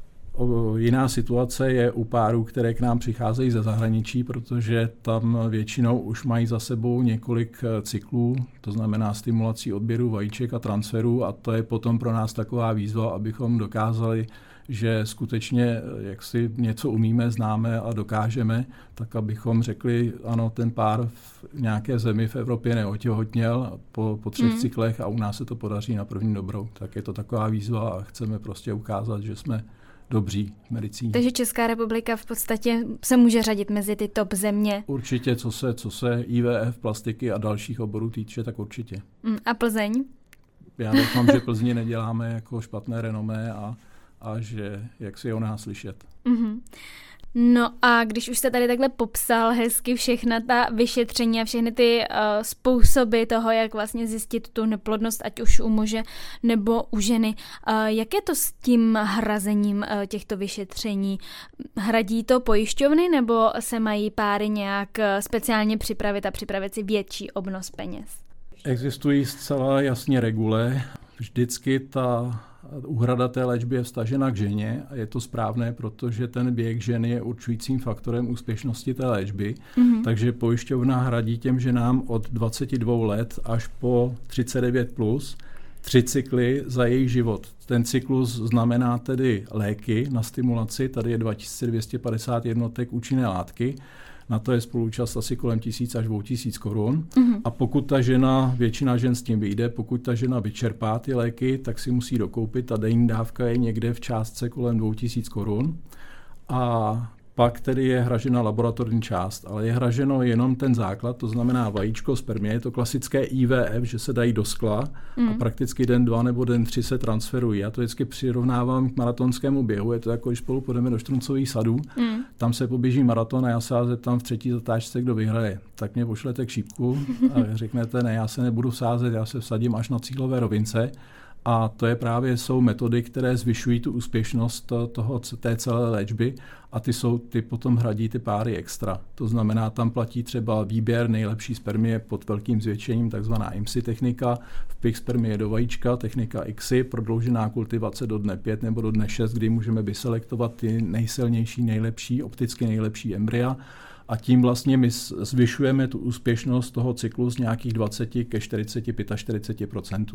O, jiná situace je u párů, které k nám přicházejí ze zahraničí, protože tam většinou už mají za sebou několik cyklů, to znamená stimulací odběru vajíček a transferu, a to je potom pro nás taková výzva, abychom dokázali, že skutečně jak si něco umíme, známe a dokážeme, tak abychom řekli, ano, ten pár v nějaké zemi v Evropě neotěhotněl po, po třech mm. cyklech a u nás se to podaří na první dobrou. Tak je to taková výzva a chceme prostě ukázat, že jsme dobří v medicíně. Takže Česká republika v podstatě se může řadit mezi ty top země. Určitě, co se, co se I V F, plastiky a dalších oborů týče, tak určitě. Mm, a Plzeň? Já doufám, že Plzni neděláme jako špatné renomé a a že jak si o nás slyšet. Mm-hmm. No a když už jste tady takhle popsal hezky všechna ta vyšetření a všechny ty uh, způsoby toho, jak vlastně zjistit tu neplodnost, ať už u muže nebo u ženy, uh, jak je to s tím hrazením uh, těchto vyšetření? Hradí to pojišťovny nebo se mají páry nějak uh, speciálně připravit a připravit si větší obnos peněz? Existují zcela jasně regule. Vždycky ta úhrada té léčby je vztažena k ženě a je to správné, protože ten věk ženy je určujícím faktorem úspěšnosti té léčby. Mm-hmm. Takže pojišťovna hradí těm ženám od dvacet dva let až po třicet devět plus tři cykly za jejich život. Ten cyklus znamená tedy léky na stimulaci, tady je dva tisíce dvě stě padesát jednotek účinné látky. Na to je spoluúčast asi kolem tisíc až dvou tisíc korun. Mm-hmm. A pokud ta žena, většina žen s tím vyjde, pokud ta žena vyčerpá ty léky, tak si musí dokoupit. Ta denní dávka je někde v částce kolem dvou tisíc korun. A pak tedy je hražena laboratorní část, ale je hraženo jenom ten základ, to znamená vajíčko, spermie, je to klasické I V F, že se dají do skla mm. a prakticky den dva nebo den tři se transferují. Já to vždycky přirovnávám k maratonskému běhu, je to jako, když spolu půjdeme do Štruncových sadů, mm. tam se poběží maraton a já se vás zeptám v třetí zatáčce, kdo vyhraje. Tak mě pošlete k šípku a řeknete, ne, já se nebudu sázet, já se vsadím až na cílové rovince. A to je právě jsou metody, které zvyšují tu úspěšnost toho, té celé léčby a ty, jsou, ty potom hradí ty páry extra. To znamená, tam platí třeba výběr nejlepší spermie pod velkým zvětšením, takzvaná I M S I technika, vpich spermie do vajíčka, technika X I, prodloužená kultivace do dne pět nebo do dne šest, kdy můžeme vyselektovat ty nejsilnější, nejlepší, opticky nejlepší embrya. A tím vlastně my zvyšujeme tu úspěšnost toho cyklu z nějakých dvacet ke čtyřicet, čtyřicet pět procent.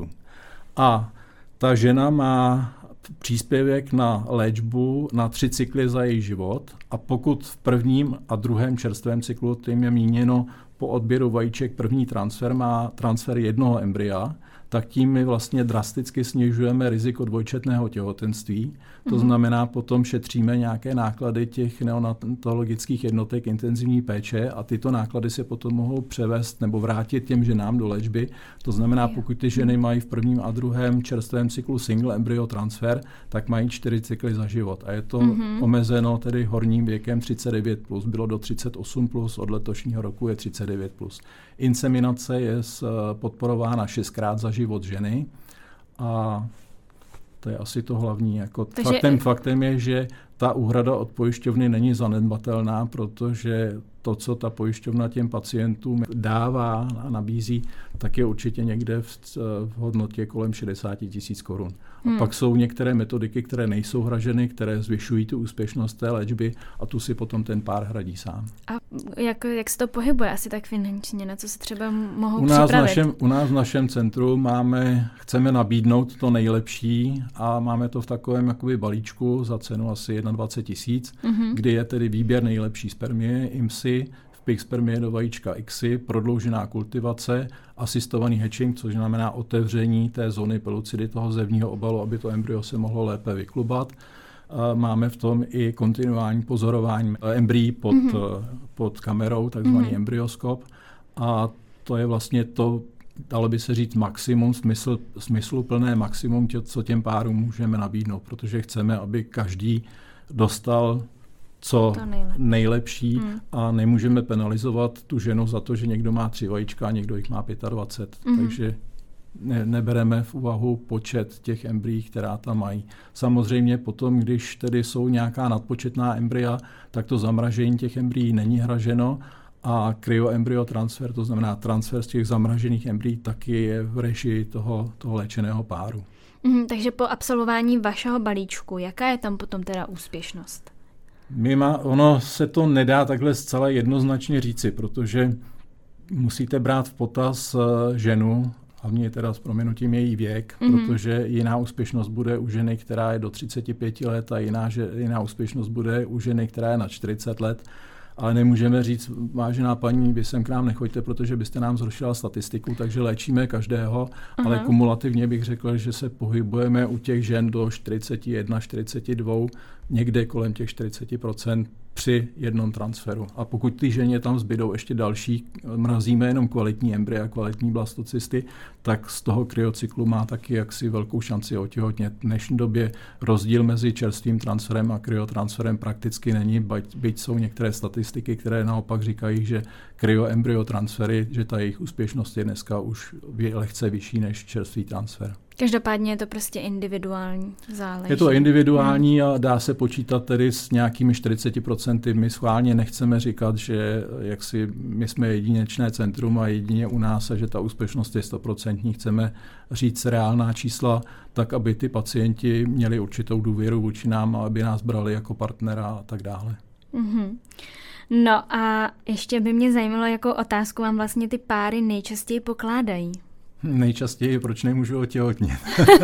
A ta žena má příspěvek na léčbu na tři cykly za její život a pokud v prvním a druhém čerstvém cyklu, tím je míněno po odběru vajíček první transfer, má transfer jednoho embrya, tak tím my vlastně drasticky snižujeme riziko dvojčetného těhotenství. To znamená, potom šetříme nějaké náklady těch neonatologických jednotek intenzivní péče a tyto náklady se potom mohou převést nebo vrátit těm ženám do léčby. To znamená, pokud ty ženy mají v prvním a druhém čerstvém cyklu single embryo transfer, tak mají čtyři cykly za život. A je to mm-hmm. omezeno tedy horním věkem třicet devět plus, bylo do třicet osm plus, od letošního roku je třicet devět plus. Inseminace je podporována šestkrát za život ženy a to je asi to hlavní. Jako Takže... faktem, faktem je, že ta úhrada od pojišťovny není zanedbatelná, protože to, co ta pojišťovna těm pacientům dává a nabízí, tak je určitě někde v, v hodnotě kolem šedesát tisíc korun. Hmm. A pak jsou některé metodiky, které nejsou hraženy, které zvyšují tu úspěšnost té léčby a tu si potom ten pár hradí sám. A jak, jak se to pohybuje asi tak finančně, na co se třeba mohou u nás připravit? V našem, u nás v našem centru máme, chceme nabídnout to nejlepší a máme to v takovém jakoby balíčku za cenu asi dvacet jedna tisíc, mm-hmm. kdy je tedy výběr nejlepší spermie, I M S I, vpik spermie do vajíčka I C S I, prodloužená kultivace, asistovaný hatching, což znamená otevření té zóny pelucidy toho zevního obalu, aby to embryo se mohlo lépe vyklubat. Máme v tom i kontinuální pozorování embryí pod, mm-hmm. pod kamerou, takzvaný mm-hmm. embryoskop. A to je vlastně to, dalo by se říct, maximum, smysl, smysluplné maximum, tě, co těm párům můžeme nabídnout, protože chceme, aby každý dostal co nejlepší, nejlepší hmm. a nemůžeme penalizovat tu ženu za to, že někdo má tři vajíčka a někdo jich má dvacet pět. Hmm. Takže ne, nebereme v úvahu počet těch embryí, která tam mají. Samozřejmě potom, když tedy jsou nějaká nadpočetná embrya, tak to zamražení těch embryí není hraženo a kryoembryotransfer, to znamená transfer z těch zamražených embryí, taky je v režii toho, toho léčeného páru. Hmm, takže po absolvování vašeho balíčku, jaká je tam potom teda úspěšnost? Mima, ono se to nedá takhle zcela jednoznačně říci, protože musíte brát v potaz ženu, hlavně teda s prominutím její věk, mm-hmm. protože jiná úspěšnost bude u ženy, která je do třicet pět let a jiná, že, jiná úspěšnost bude u ženy, která je na čtyřicet let. Ale nemůžeme říct, vážená paní, vy sem k nám nechoďte, protože byste nám zhoršila statistiku, takže léčíme každého, aha. ale kumulativně bych řekl, že se pohybujeme u těch žen do čtyřicet jedna, čtyřicet dva, někde kolem těch čtyřicet procent při jednom transferu. A pokud ty ženě tam zbydou ještě další, mrazíme jenom kvalitní embrya, kvalitní blastocysty, tak z toho kryocyklu má taky jaksi velkou šanci otěhotnět. V dnešní době rozdíl mezi čerstvým transferem a kryotransferem prakticky není, byť, byť jsou některé statistiky, které naopak říkají, že kryoembryotransfery, že ta jejich úspěšnost je dneska už lehce vyšší než čerstvý transfer. Každopádně je to prostě individuální záleží. Je to individuální hmm. a dá se počítat tedy s nějakými čtyřicet procent. My schválně nechceme říkat, že jaksi my jsme jedinečné centrum a jedině u nás a že ta úspěšnost je sto procent. Chceme říct reálná čísla, tak aby ty pacienti měli určitou důvěru vůči nám a aby nás brali jako partnera a tak dále. Mm-hmm. No a ještě by mě zajímalo, jakou otázku vám vlastně ty páry nejčastěji pokládají. Nejčastěji, proč nemůžu otěhotnět.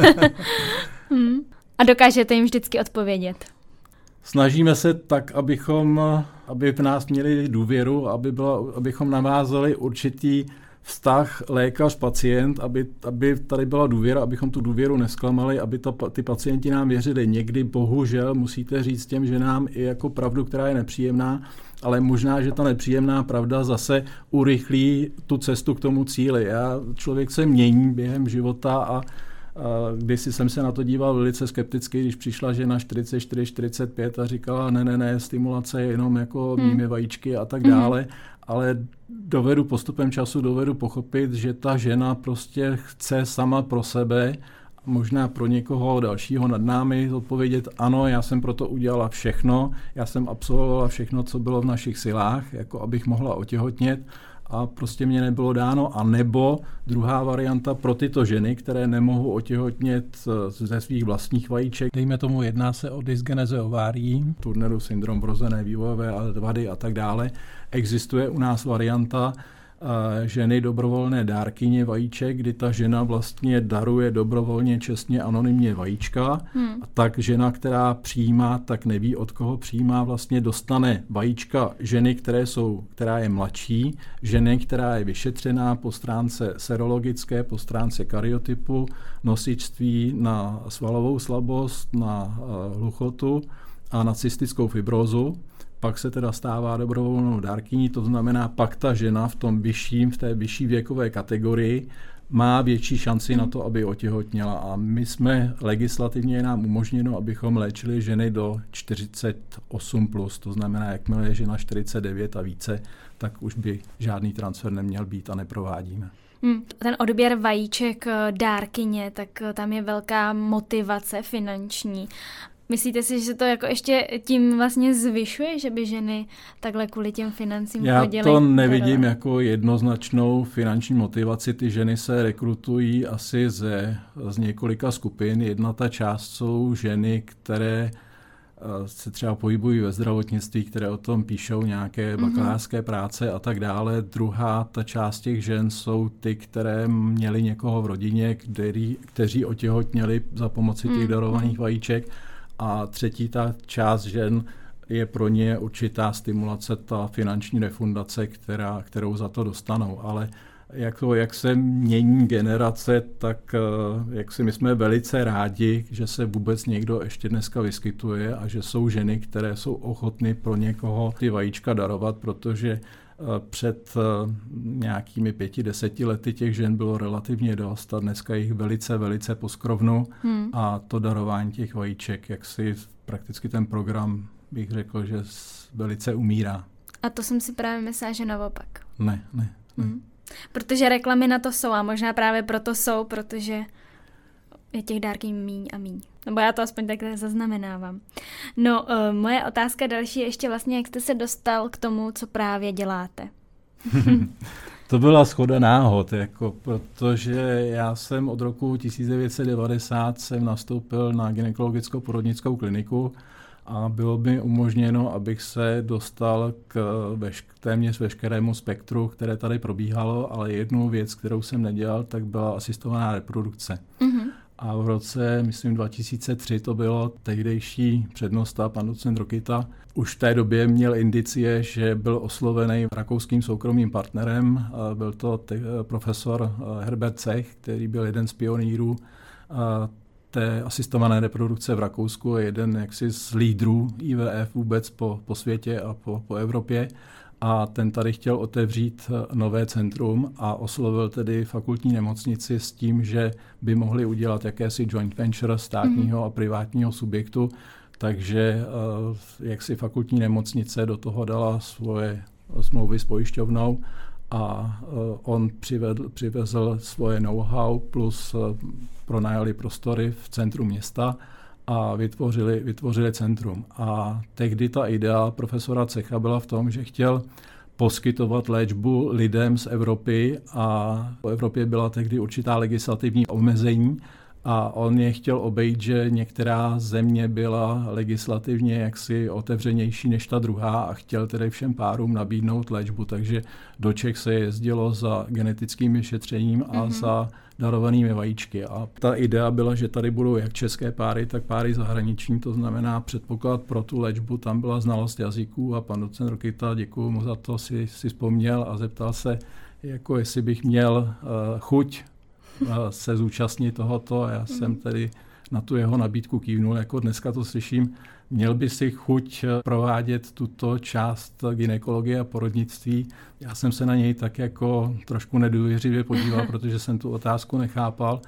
hmm. A dokážete jim vždycky odpovědět? Snažíme se tak, abychom, aby v nás měli důvěru, aby byla, abychom navázali určitý vztah lékař-pacient, aby, aby tady byla důvěra, abychom tu důvěru nesklamali, aby ta, ty pacienti nám věřili. Někdy bohužel musíte říct těm ženám i jako pravdu, která je nepříjemná, ale možná, že ta nepříjemná pravda zase urychlí tu cestu k tomu cíli. Já, člověk se mění během života a kdysi jsem se na to díval velice skepticky, když přišla žena čtyřicet čtyři čtyřicet pět a říkala, ne, ne, ne, stimulace je jenom jako hmm. mými vajíčky a tak dále, ale dovedu postupem času dovedu pochopit, že ta žena prostě chce sama pro sebe, možná pro někoho dalšího nad námi odpovědět, ano, já jsem proto udělala všechno, já jsem absolvovala všechno, co bylo v našich silách, jako abych mohla otěhotnět, a prostě mě nebylo dáno, a nebo druhá varianta pro tyto ženy, které nemohou otěhotnět ze svých vlastních vajíček. Dejme tomu, jedná se o dysgeneze ovárií. Turnerův syndrom, vrozené vývojové vady a tak dále. Existuje u nás varianta ženy dobrovolné dárkyně vajíček, kdy ta žena vlastně daruje dobrovolně, čestně, anonymně vajíčka. Hmm. A tak žena, která přijímá, tak neví, od koho přijímá, vlastně dostane vajíčka ženy, které jsou, která je mladší, ženy, která je vyšetřená po stránce serologické, po stránce karyotypu, nosičství na svalovou slabost, na hluchotu a na cystickou fibrózu. Pak se teda stává dobrovolnou dárkyní, to znamená, pak ta žena v tom vyšším, v té vyšší věkové kategorii má větší šanci na to, aby otěhotněla. A my jsme legislativně nám umožněno, abychom léčili ženy do čtyřicet osm plus, to znamená, jakmile je žena čtyřicet devět a více, tak už by žádný transfer neměl být a neprovádíme. Hmm. Ten odběr vajíček dárkyně, tak tam je velká motivace finanční. Myslíte si, že se to jako ještě tím vlastně zvyšuje, že by ženy takhle kvůli těm financím Já chodily? Já to nevidím jako jednoznačnou finanční motivaci. Ty ženy se rekrutují asi ze, z několika skupin. Jedna ta část jsou ženy, které se třeba pohybují ve zdravotnictví, které o tom píšou nějaké bakalářské práce a tak dále. Druhá ta část těch žen jsou ty, které měly někoho v rodině, který, kteří otěhotněli za pomoci těch darovaných vajíček. A třetí ta část žen je pro ně určitá stimulace, ta finanční refundace, která, kterou za to dostanou. Ale jako, jak se mění generace, tak jak si my jsme velice rádi, že se vůbec někdo ještě dneska vyskytuje a že jsou ženy, které jsou ochotny pro někoho ty vajíčka darovat, protože před nějakými pěti, deseti lety těch žen bylo relativně dost a dneska jich velice, velice poskrovnu hmm. a to darování těch vajíček, jak si prakticky ten program, bych řekl, že velice umírá. A to jsem si právě myslela, že naopak. Ne, ne, ne. Hmm. Protože reklamy na to jsou a možná právě proto jsou, protože je těch dárky míň a míň. Nebo já to aspoň takhle zaznamenávám. No, uh, moje otázka další je ještě vlastně, jak jste se dostal k tomu, co právě děláte. To byla shoda náhod, jako, protože já jsem od roku tisíc devět set devadesát jsem nastoupil na gynekologicko-porodnickou kliniku a bylo mi umožněno, abych se dostal k veš- téměř veškerému spektru, které tady probíhalo, ale jednu věc, kterou jsem nedělal, tak byla asistovaná reprodukce. Mm-hmm. A v roce, myslím, dva tisíce tři to bylo, tehdejší přednosta, pan docent Rokita, už v té době měl indicie, že byl oslovený rakouským soukromým partnerem. Byl to te- profesor Herbert Cech, který byl jeden z pionýrů té asistované reprodukce v Rakousku, je jeden jaksi z lídrů I V F vůbec po, po světě a po, po Evropě. A ten tady chtěl otevřít nové centrum a oslovil tedy fakultní nemocnici s tím, že by mohli udělat jakési joint venture státního mm-hmm. a privátního subjektu. Takže jak si fakultní nemocnice do toho dala svoje smlouvy s pojišťovnou a on přivedl, přivezl svoje know-how plus pronajali prostory v centru města a vytvořili, vytvořili centrum. A tehdy ta idea profesora Cecha byla v tom, že chtěl poskytovat léčbu lidem z Evropy a po Evropě byla tehdy určitá legislativní omezení a on je chtěl obejít, že některá země byla legislativně jaksi otevřenější než ta druhá a chtěl tedy všem párům nabídnout léčbu, takže do Čech se jezdilo za genetickým vyšetřením a mm-hmm. za darovanými vajíčky. A ta idea byla, že tady budou jak české páry, tak páry zahraniční, to znamená předpoklad pro tu léčbu, tam byla znalost jazyků a pan docent Rokita, děkuju mu za to, si, si vzpomněl a zeptal se, jako jestli bych měl uh, chuť uh, se zúčastnit tohoto a já mm. jsem tedy na tu jeho nabídku kývnul, jako dneska to slyším, měl by si chuť provádět tuto část gynekologie a porodnictví. Já jsem se na něj tak jako trošku nedůvěřivě podíval, protože jsem tu otázku nechápal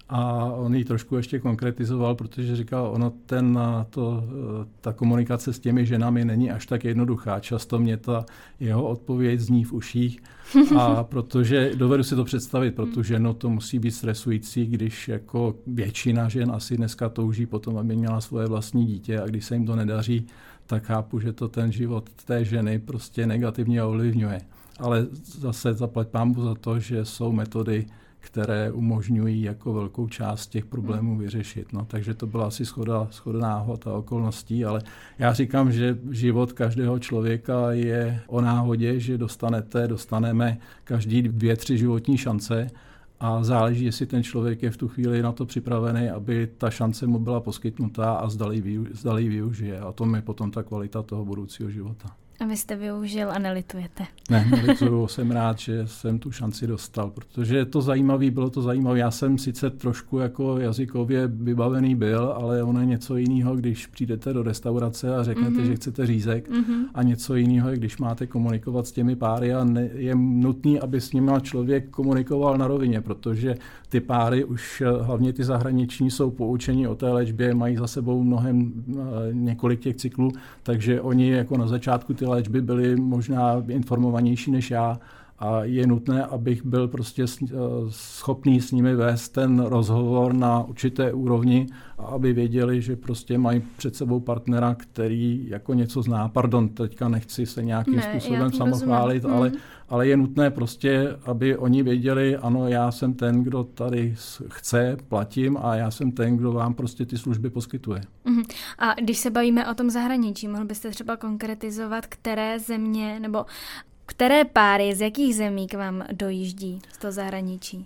a on ji trošku ještě konkretizoval, protože říkal, ono ten, to, ta komunikace s těmi ženami není až tak jednoduchá. Často mě ta jeho odpověď zní v uších a protože dovedu si to představit, pro tu ženu to musí být stresující, když jako většina žen asi dneska touží potom, aby měla svoje vlastní dítě a když se jim to nedaří, tak chápu, že to ten život té ženy prostě negativně ovlivňuje. Ale zase zaplať pánbu za to, že jsou metody, které umožňují jako velkou část těch problémů vyřešit. No, takže to byla asi shoda, shoda náhod a okolností, ale já říkám, že život každého člověka je o náhodě, že dostanete, dostaneme každý dvě, tři životní šance a záleží, jestli ten člověk je v tu chvíli na to připravený, aby ta šance mu byla poskytnutá a zdali ji využije. A to je potom ta kvalita toho budoucího života. A vy jste využil a nelitujete. Ne, nelituju, jsem rád, že jsem tu šanci dostal, protože je to zajímavý, bylo to zajímavé. Já jsem sice trošku jako jazykově vybavený byl, ale ono je něco jiného, když přijdete do restaurace a řeknete, mm-hmm. že chcete řízek mm-hmm. a něco jiného je, když máte komunikovat s těmi páry a ne, je nutný, aby s nimi člověk komunikoval na rovině, protože ty páry už, hlavně ty zahraniční, jsou poučeni o té léčbě, mají za sebou mnohem několik těch cyklů, takže oni jako na začátku ty léčby byli možná informovanější než já a je nutné, abych byl prostě schopný s nimi vést ten rozhovor na určité úrovni a aby věděli, že prostě mají před sebou partnera, který jako něco zná. Pardon, teďka nechci se nějakým ne, způsobem samochválit, ale, hmm. ale je nutné prostě, aby oni věděli, ano, já jsem ten, kdo tady chce, platím a já jsem ten, kdo vám prostě ty služby poskytuje. Hmm. A když se bavíme o tom zahraničí, mohl byste třeba konkretizovat, které země nebo které páry z jakých zemí k vám dojíždí z toho zahraničí?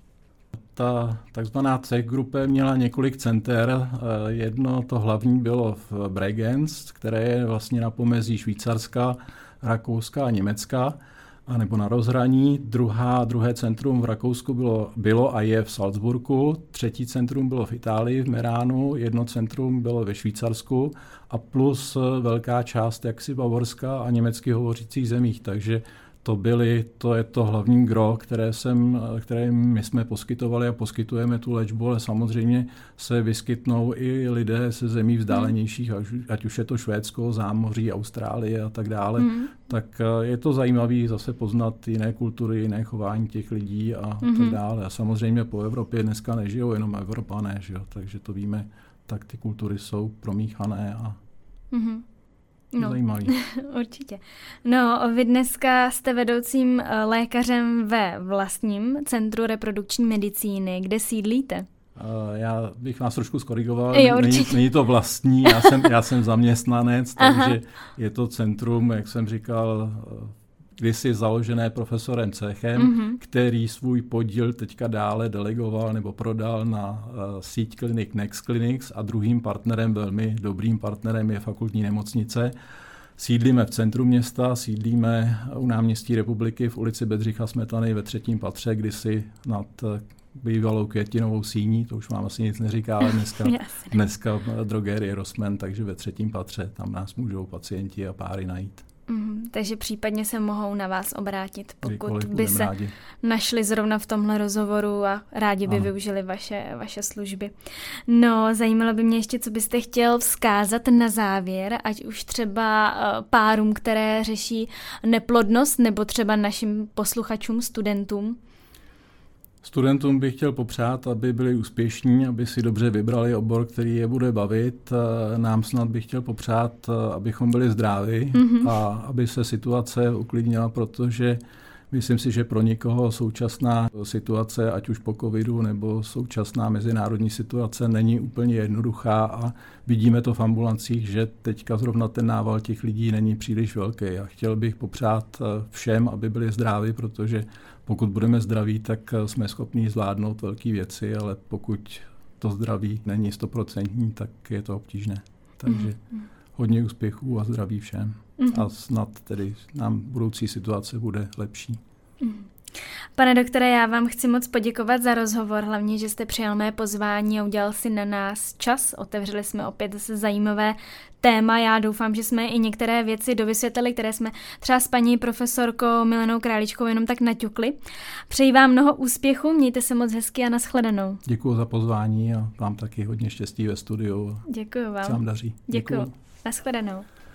Ta takzvaná C E C grupe měla několik center. Jedno, to hlavní bylo v Bregenz, které je vlastně na pomezí Švýcarska, Rakouska a Německa, anebo na rozhraní. Druhá, druhé centrum v Rakousku bylo, bylo a je v Salzburgu, třetí centrum bylo v Itálii, v Meránu, jedno centrum bylo ve Švýcarsku a plus velká část jaksi Bavorska a německy hovořících zemích, takže to byly, to je to hlavní gro, které, jsem, které my jsme poskytovali a poskytujeme tu léčbu, ale samozřejmě se vyskytnou i lidé ze zemí vzdálenějších, ať, ať už je to Švédsko, zámoří, Austrálie a tak dále. Mm. Tak je to zajímavé zase poznat jiné kultury, jiné chování těch lidí a mm. tak dále. A samozřejmě po Evropě dneska nežijou jenom Evropané, že jo? Takže to víme, tak ty kultury jsou promíchané a mm. No, zajímavý. Určitě. No, vy dneska jste vedoucím lékařem ve vlastním centru reprodukční medicíny. Kde sídlíte? Uh, já bych vás trošku skorigoval. Není, není to vlastní, já jsem, já jsem zaměstnanec, takže je to centrum, jak jsem říkal, kdysi založené profesorem Cechem, mm-hmm. který svůj podíl teďka dále delegoval nebo prodal na uh, síť klinik Next Clinics a druhým partnerem, velmi dobrým partnerem je fakultní nemocnice. Sídlíme v centru města, sídlíme u náměstí Republiky v ulici Bedřicha Smetany ve třetím patře, kdysi nad bývalou Květinovou síní, to už vám asi nic neříká, ale dneska, dneska drogerie Rossmann, takže ve třetím patře, tam nás můžou pacienti a páry najít. Mm, takže případně se mohou na vás obrátit, pokud by se rádi našli zrovna v tomhle rozhovoru a rádi by ano. využili vaše, vaše služby. No, zajímalo by mě ještě, co byste chtěl vzkázat na závěr, ať už třeba párům, které řeší neplodnost, nebo třeba našim posluchačům, studentům. Studentům bych chtěl popřát, aby byli úspěšní, aby si dobře vybrali obor, který je bude bavit. Nám snad bych chtěl popřát, abychom byli zdraví mm-hmm. a aby se situace uklidnila, protože myslím si, že pro nikoho současná situace, ať už po covidu nebo současná mezinárodní situace, není úplně jednoduchá a vidíme to v ambulancích, že teďka zrovna ten nával těch lidí není příliš velký. A chtěl bych popřát všem, aby byli zdraví, protože pokud budeme zdraví, tak jsme schopni zvládnout velké věci, ale pokud to zdraví není stoprocentní, tak je to obtížné. Takže mm. hodně úspěchů a zdraví všem. Mm. A snad tedy nám budoucí situace bude lepší. Mm. Pane doktore, já vám chci moc poděkovat za rozhovor, hlavně, že jste přijal mé pozvání a udělal si na nás čas. Otevřeli jsme opět zase zajímavé téma. Já doufám, že jsme i některé věci dovysvětlili, které jsme třeba s paní profesorkou Milenou Králíčkovou jenom tak naťukli. Přeji vám mnoho úspěchu, mějte se moc hezky a nashledanou. Děkuji za pozvání a vám taky hodně štěstí ve studiu. Děkuji vám. Se vám daří. Děkuji. Nashledanou.